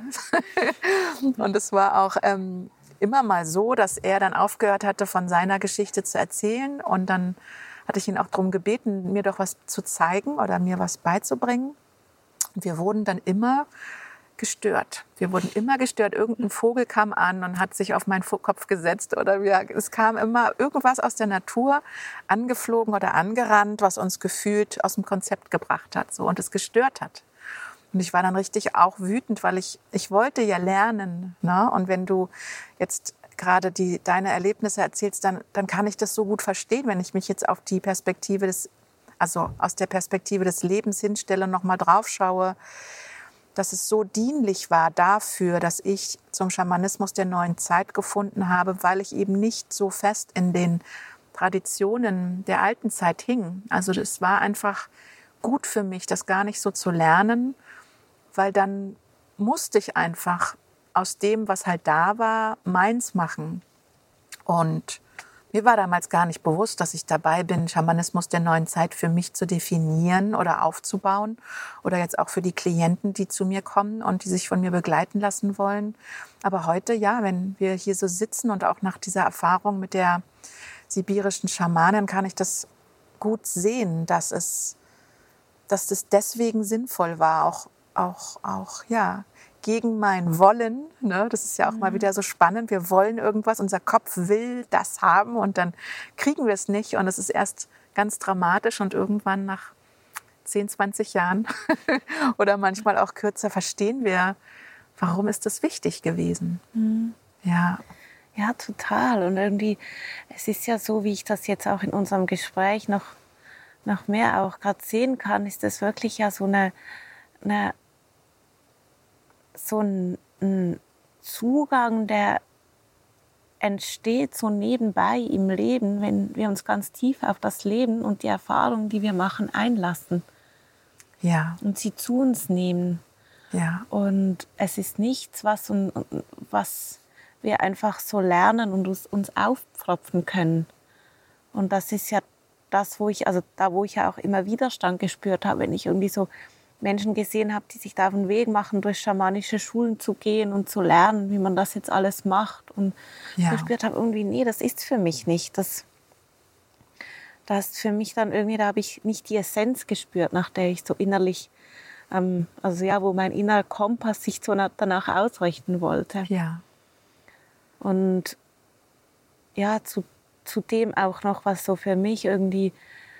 Und es war auch ähm, immer mal so, dass er dann aufgehört hatte, von seiner Geschichte zu erzählen. Und dann hatte ich ihn auch darum gebeten, mir doch was zu zeigen oder mir was beizubringen. Und wir wurden dann immer gestört. Wir wurden immer gestört. Irgendein Vogel kam an und hat sich auf meinen Kopf gesetzt. Oder wir, es kam immer irgendwas aus der Natur angeflogen oder angerannt, was uns gefühlt aus dem Konzept gebracht hat so, und es gestört hat. Und ich war dann richtig auch wütend, weil ich, ich wollte ja lernen. Ne? Und wenn du jetzt gerade die, deine Erlebnisse erzählst, dann, dann kann ich das so gut verstehen, wenn ich mich jetzt auf die Perspektive des also aus der Perspektive des Lebens hinstelle und nochmal drauf schaue, dass es so dienlich war dafür, dass ich zum Schamanismus der neuen Zeit gefunden habe, weil ich eben nicht so fest in den Traditionen der alten Zeit hing. Also es war einfach gut für mich, das gar nicht so zu lernen, weil dann musste ich einfach aus dem, was halt da war, meins machen. Und mir war damals gar nicht bewusst, dass ich dabei bin, Schamanismus der neuen Zeit für mich zu definieren oder aufzubauen oder jetzt auch für die Klienten, die zu mir kommen und die sich von mir begleiten lassen wollen. Aber heute, ja, wenn wir hier so sitzen und auch nach dieser Erfahrung mit der sibirischen Schamanin, kann ich das gut sehen, dass es, dass das deswegen sinnvoll war, auch, auch, auch, ja, gegen mein Wollen, ne? Das ist ja auch mhm. mal wieder so spannend. Wir wollen irgendwas, unser Kopf will das haben und dann kriegen wir es nicht. Und es ist erst ganz dramatisch und irgendwann nach zehn, zwanzig Jahren oder manchmal auch kürzer verstehen wir, warum ist das wichtig gewesen. Mhm. Ja. Ja, total. Und irgendwie, es ist ja so, wie ich das jetzt auch in unserem Gespräch noch, noch mehr auch gerade sehen kann, ist das wirklich ja so eine, eine so ein, ein Zugang, der entsteht so nebenbei im Leben, wenn wir uns ganz tief auf das Leben und die Erfahrungen, die wir machen, einlassen. Ja. Und sie zu uns nehmen. Ja. Und es ist nichts, was, was wir einfach so lernen und uns, uns aufpfropfen können. Und das ist ja das, wo ich, also da, wo ich ja auch immer Widerstand gespürt habe, wenn ich irgendwie so Menschen gesehen habe, die sich da auf den Weg machen, durch schamanische Schulen zu gehen und zu lernen, wie man das jetzt alles macht. Und ja. gespürt habe, irgendwie, nee, das ist für mich nicht. Das, das ist für mich dann irgendwie, da habe ich nicht die Essenz gespürt, nach der ich so innerlich, ähm, also ja, wo mein innerer Kompass sich so danach ausrichten wollte. Ja. Und ja, zu, zu dem auch noch, was so für mich irgendwie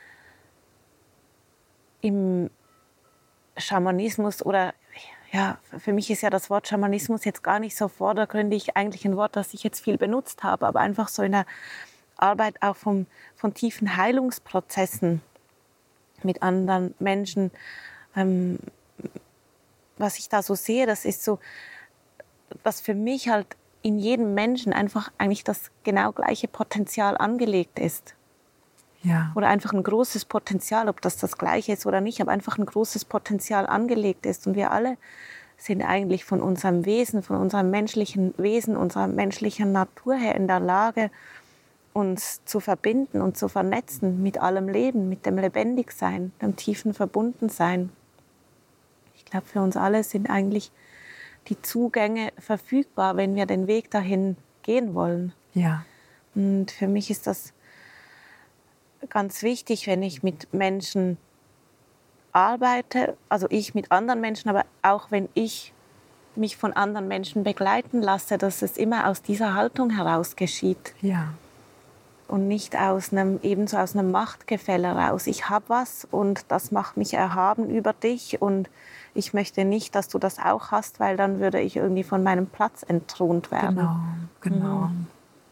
im Schamanismus oder ja, für mich ist ja das Wort Schamanismus jetzt gar nicht so vordergründig eigentlich ein Wort, das ich jetzt viel benutzt habe, aber einfach so in der Arbeit auch vom, von tiefen Heilungsprozessen mit anderen Menschen, ähm, was ich da so sehe, das ist so, dass für mich halt in jedem Menschen einfach eigentlich das genau gleiche Potenzial angelegt ist. Ja. Oder einfach ein großes Potenzial, ob das das Gleiche ist oder nicht, aber einfach ein großes Potenzial angelegt ist. Und wir alle sind eigentlich von unserem Wesen, von unserem menschlichen Wesen, unserer menschlichen Natur her in der Lage, uns zu verbinden und zu vernetzen mit allem Leben, mit dem Lebendigsein, dem tiefen Verbundensein. Ich glaube, für uns alle sind eigentlich die Zugänge verfügbar, wenn wir den Weg dahin gehen wollen. Ja. Und für mich ist das ganz wichtig, wenn ich mit Menschen arbeite, also ich mit anderen Menschen, aber auch wenn ich mich von anderen Menschen begleiten lasse, dass es immer aus dieser Haltung heraus geschieht. Ja. Und nicht aus einem, ebenso aus einem Machtgefälle heraus. Ich habe was und das macht mich erhaben über dich und ich möchte nicht, dass du das auch hast, weil dann würde ich irgendwie von meinem Platz entthront werden. Genau, genau. Mhm.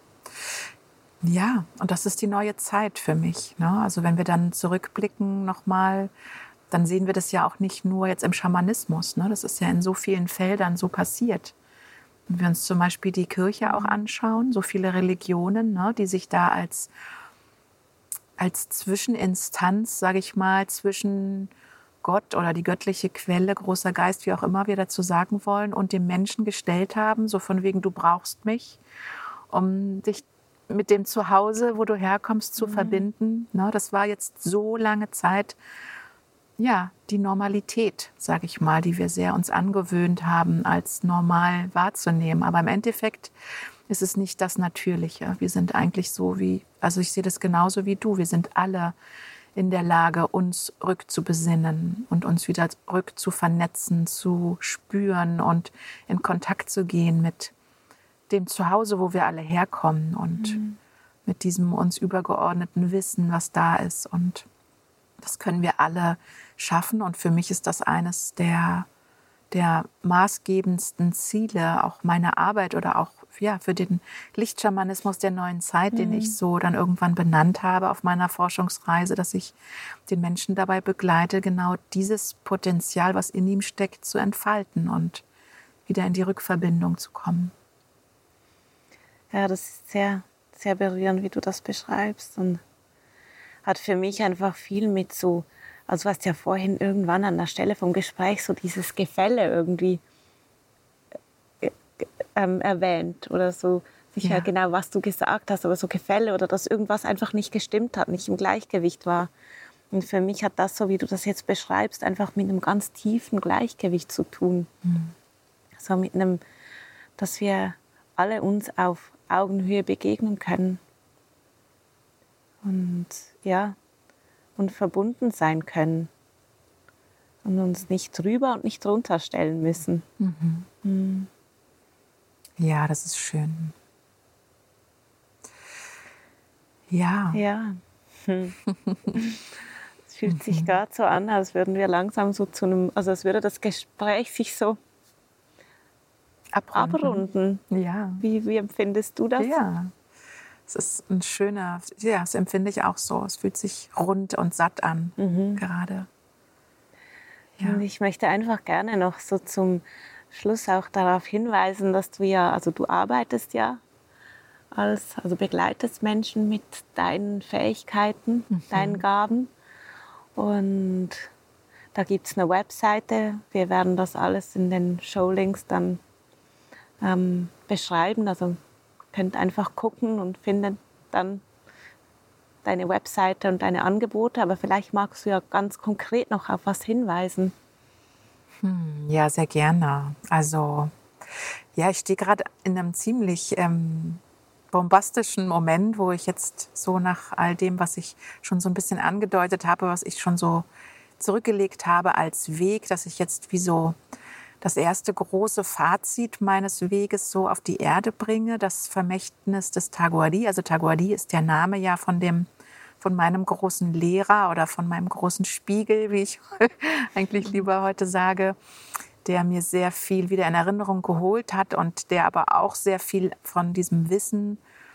Ja, und das ist die neue Zeit für mich. Ne? Also wenn wir dann zurückblicken nochmal, dann sehen wir das ja auch nicht nur jetzt im Schamanismus. Ne? Das ist ja in so vielen Feldern so passiert. Wenn wir uns zum Beispiel die Kirche auch anschauen, so viele Religionen, ne, die sich da als, als Zwischeninstanz, sage ich mal, zwischen Gott oder die göttliche Quelle, großer Geist, wie auch immer wir dazu sagen wollen, und dem Menschen gestellt haben, so von wegen, du brauchst mich, um dich mit dem Zuhause, wo du herkommst, zu mhm. verbinden. Ne, das war jetzt so lange Zeit, ja, die Normalität, sage ich mal, die wir sehr uns angewöhnt haben, als normal wahrzunehmen. Aber im Endeffekt ist es nicht das Natürliche. Wir sind eigentlich so wie, also ich sehe das genauso wie du, wir sind alle in der Lage, uns rückzubesinnen und uns wieder rück zu vernetzen, zu spüren und in Kontakt zu gehen mit dem Zuhause, wo wir alle herkommen und mhm. mit diesem uns übergeordneten Wissen, was da ist. Und das können wir alle schaffen. Und für mich ist das eines der, der maßgebendsten Ziele, auch meiner Arbeit oder auch ja, für den Lichtschamanismus der neuen Zeit, mhm. den ich so dann irgendwann benannt habe auf meiner Forschungsreise, dass ich den Menschen dabei begleite, genau dieses Potenzial, was in ihm steckt, zu entfalten und wieder in die Rückverbindung zu kommen. Ja, das ist sehr, sehr berührend, wie du das beschreibst und hat für mich einfach viel mit so, also du hast ja vorhin irgendwann an der Stelle vom Gespräch so dieses Gefälle irgendwie ähm, erwähnt oder so, sicher ja. genau, was du gesagt hast, aber so Gefälle oder dass irgendwas einfach nicht gestimmt hat, nicht im Gleichgewicht war. Und für mich hat das, so wie du das jetzt beschreibst, einfach mit einem ganz tiefen Gleichgewicht zu tun. Mhm. So mit einem, dass wir alle uns auf Augenhöhe begegnen können. Und ja, und verbunden sein können und uns nicht drüber und nicht drunter stellen müssen. Mhm. Mhm. Ja, das ist schön. Ja. Ja. Hm. Es fühlt sich gerade so an, als würden wir langsam so zu einem, also als würde das Gespräch sich so abrunden. abrunden. Ja. Wie, wie empfindest du das? Ja. Es ist ein schöner, ja, das empfinde ich auch so. Es fühlt sich rund und satt an, mhm. gerade. Ja. Und ich möchte einfach gerne noch so zum, Schluss auch darauf hinweisen, dass du ja, also du arbeitest ja als, also begleitest Menschen mit deinen Fähigkeiten, mhm. deinen Gaben. Und da gibt es eine Webseite. Wir werden das alles in den Showlinks dann ähm, beschreiben. Also könnt einfach gucken und findet dann deine Webseite und deine Angebote. Aber vielleicht magst du ja ganz konkret noch auf was hinweisen. Hm, ja, sehr gerne. Also ja, ich stehe gerade in einem ziemlich ähm, bombastischen Moment, wo ich jetzt so nach all dem, was ich schon so ein bisschen angedeutet habe, was ich schon so zurückgelegt habe als Weg, dass ich jetzt wie so das erste große Fazit meines Weges so auf die Erde bringe, das Vermächtnis des Taguadi. Also Taguadi ist der Name ja von dem, von meinem großen Lehrer oder von meinem großen Spiegel, wie ich eigentlich lieber heute sage, der mir sehr viel wieder in Erinnerung geholt hat und der aber auch sehr viel von diesem Wissen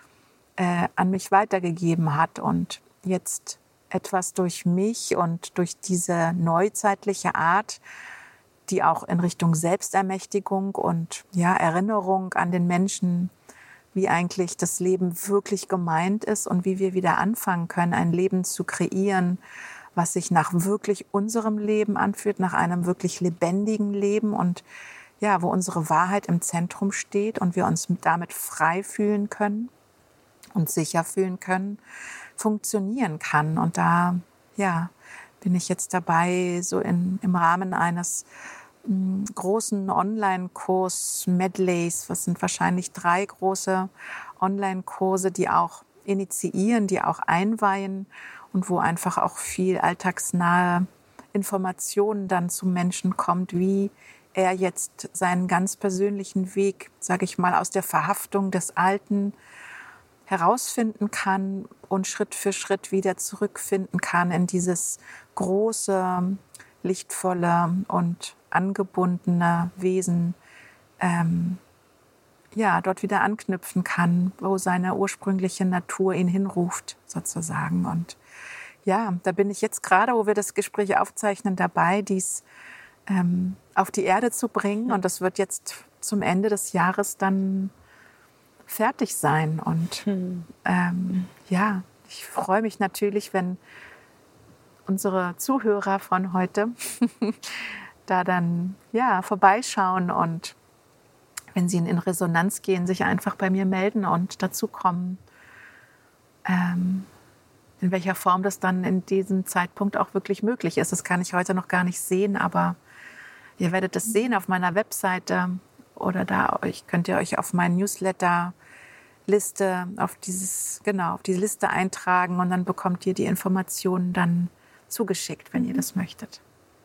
äh, an mich weitergegeben hat und jetzt etwas durch mich und durch diese neuzeitliche Art, die auch in Richtung Selbstermächtigung und ja, Erinnerung an den Menschen, wie eigentlich das Leben wirklich gemeint ist und wie wir wieder anfangen können, ein Leben zu kreieren, was sich nach wirklich unserem Leben anfühlt, nach einem wirklich lebendigen Leben und ja, wo unsere Wahrheit im Zentrum steht und wir uns damit frei fühlen können und sicher fühlen können, funktionieren kann. Und da ja, bin ich jetzt dabei, so in, im Rahmen eines m, großen Online-Kurs Medleys, was sind wahrscheinlich drei große Online-Kurse, die auch initiieren, die auch einweihen und wo einfach auch viel alltagsnahe Informationen dann zum Menschen kommt, wie er jetzt seinen ganz persönlichen Weg, sage ich mal, aus der Verhaftung des Alten herausfinden kann und Schritt für Schritt wieder zurückfinden kann in dieses große, lichtvolle und angebundene Wesen, ähm, ja, dort wieder anknüpfen kann, wo seine ursprüngliche Natur ihn hinruft, sozusagen. Und ja, da bin ich jetzt gerade, wo wir das Gespräch aufzeichnen, dabei, dies ähm, auf die Erde zu bringen. Und das wird jetzt zum Ende des Jahres dann fertig sein. Und ähm, ja, ich freue mich natürlich, wenn unsere Zuhörer von heute da dann ja vorbeischauen und wenn sie in Resonanz gehen, sich einfach bei mir melden und dazukommen. Ähm, in welcher Form das dann in diesem Zeitpunkt auch wirklich möglich ist, das kann ich heute noch gar nicht sehen, aber ihr werdet es sehen auf meiner Webseite oder da euch, könnt ihr euch auf meinen Newsletter-Liste, auf dieses, genau, auf diese Liste eintragen und dann bekommt ihr die Informationen dann zugeschickt, wenn ihr das möchtet.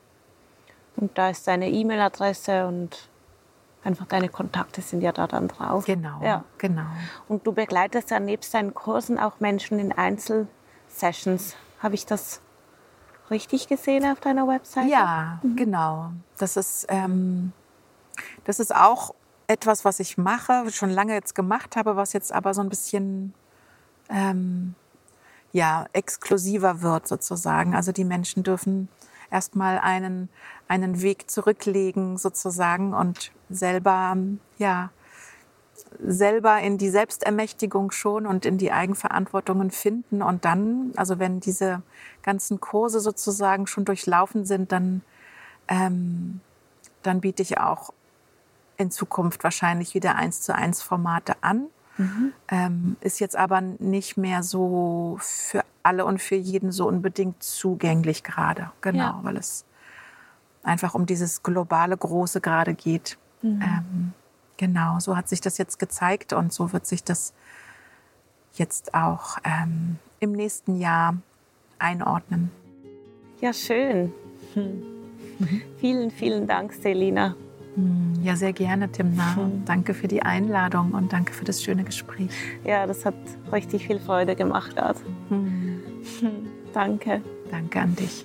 Und da ist deine E-Mail-Adresse und einfach deine Kontakte sind ja da dann drauf. Genau, ja. genau. Und du begleitest ja nebst deinen Kursen auch Menschen in Einzelsessions. Habe ich das richtig gesehen auf deiner Website? Ja, mhm. genau. Das ist, ähm, das ist auch etwas, was ich mache, schon lange jetzt gemacht habe, was jetzt aber so ein bisschen ähm, ja, exklusiver wird sozusagen. Also die Menschen dürfen erstmal einen, einen Weg zurücklegen sozusagen und selber, ja, selber in die Selbstermächtigung schon und in die Eigenverantwortungen finden. Und dann, also wenn diese ganzen Kurse sozusagen schon durchlaufen sind, dann, ähm, dann biete ich auch in Zukunft wahrscheinlich wieder eins zu eins Formate an. Mhm. Ähm, ist jetzt aber nicht mehr so für alle und für jeden so unbedingt zugänglich gerade. Genau, ja. Weil es einfach um dieses globale Große gerade geht. Mhm. Ähm, genau, so hat sich das jetzt gezeigt und so wird sich das jetzt auch ähm, im nächsten Jahr einordnen. Ja, schön. Hm. Mhm. Vielen, vielen Dank, Selina. Ja, sehr gerne, Timna. Mhm. Danke für die Einladung und danke für das schöne Gespräch. Ja, das hat richtig viel Freude gemacht. Also. Mhm. Danke. Danke an dich.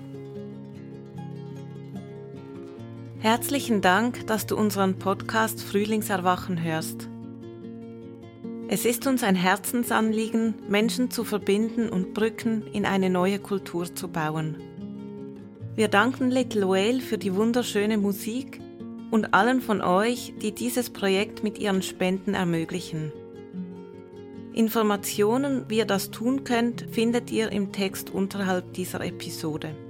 Herzlichen Dank, dass du unseren Podcast Frühlingserwachen hörst. Es ist uns ein Herzensanliegen, Menschen zu verbinden und Brücken in eine neue Kultur zu bauen. Wir danken Little Whale für die wunderschöne Musik, und allen von euch, die dieses Projekt mit ihren Spenden ermöglichen. Informationen, wie ihr das tun könnt, findet ihr im Text unterhalb dieser Episode.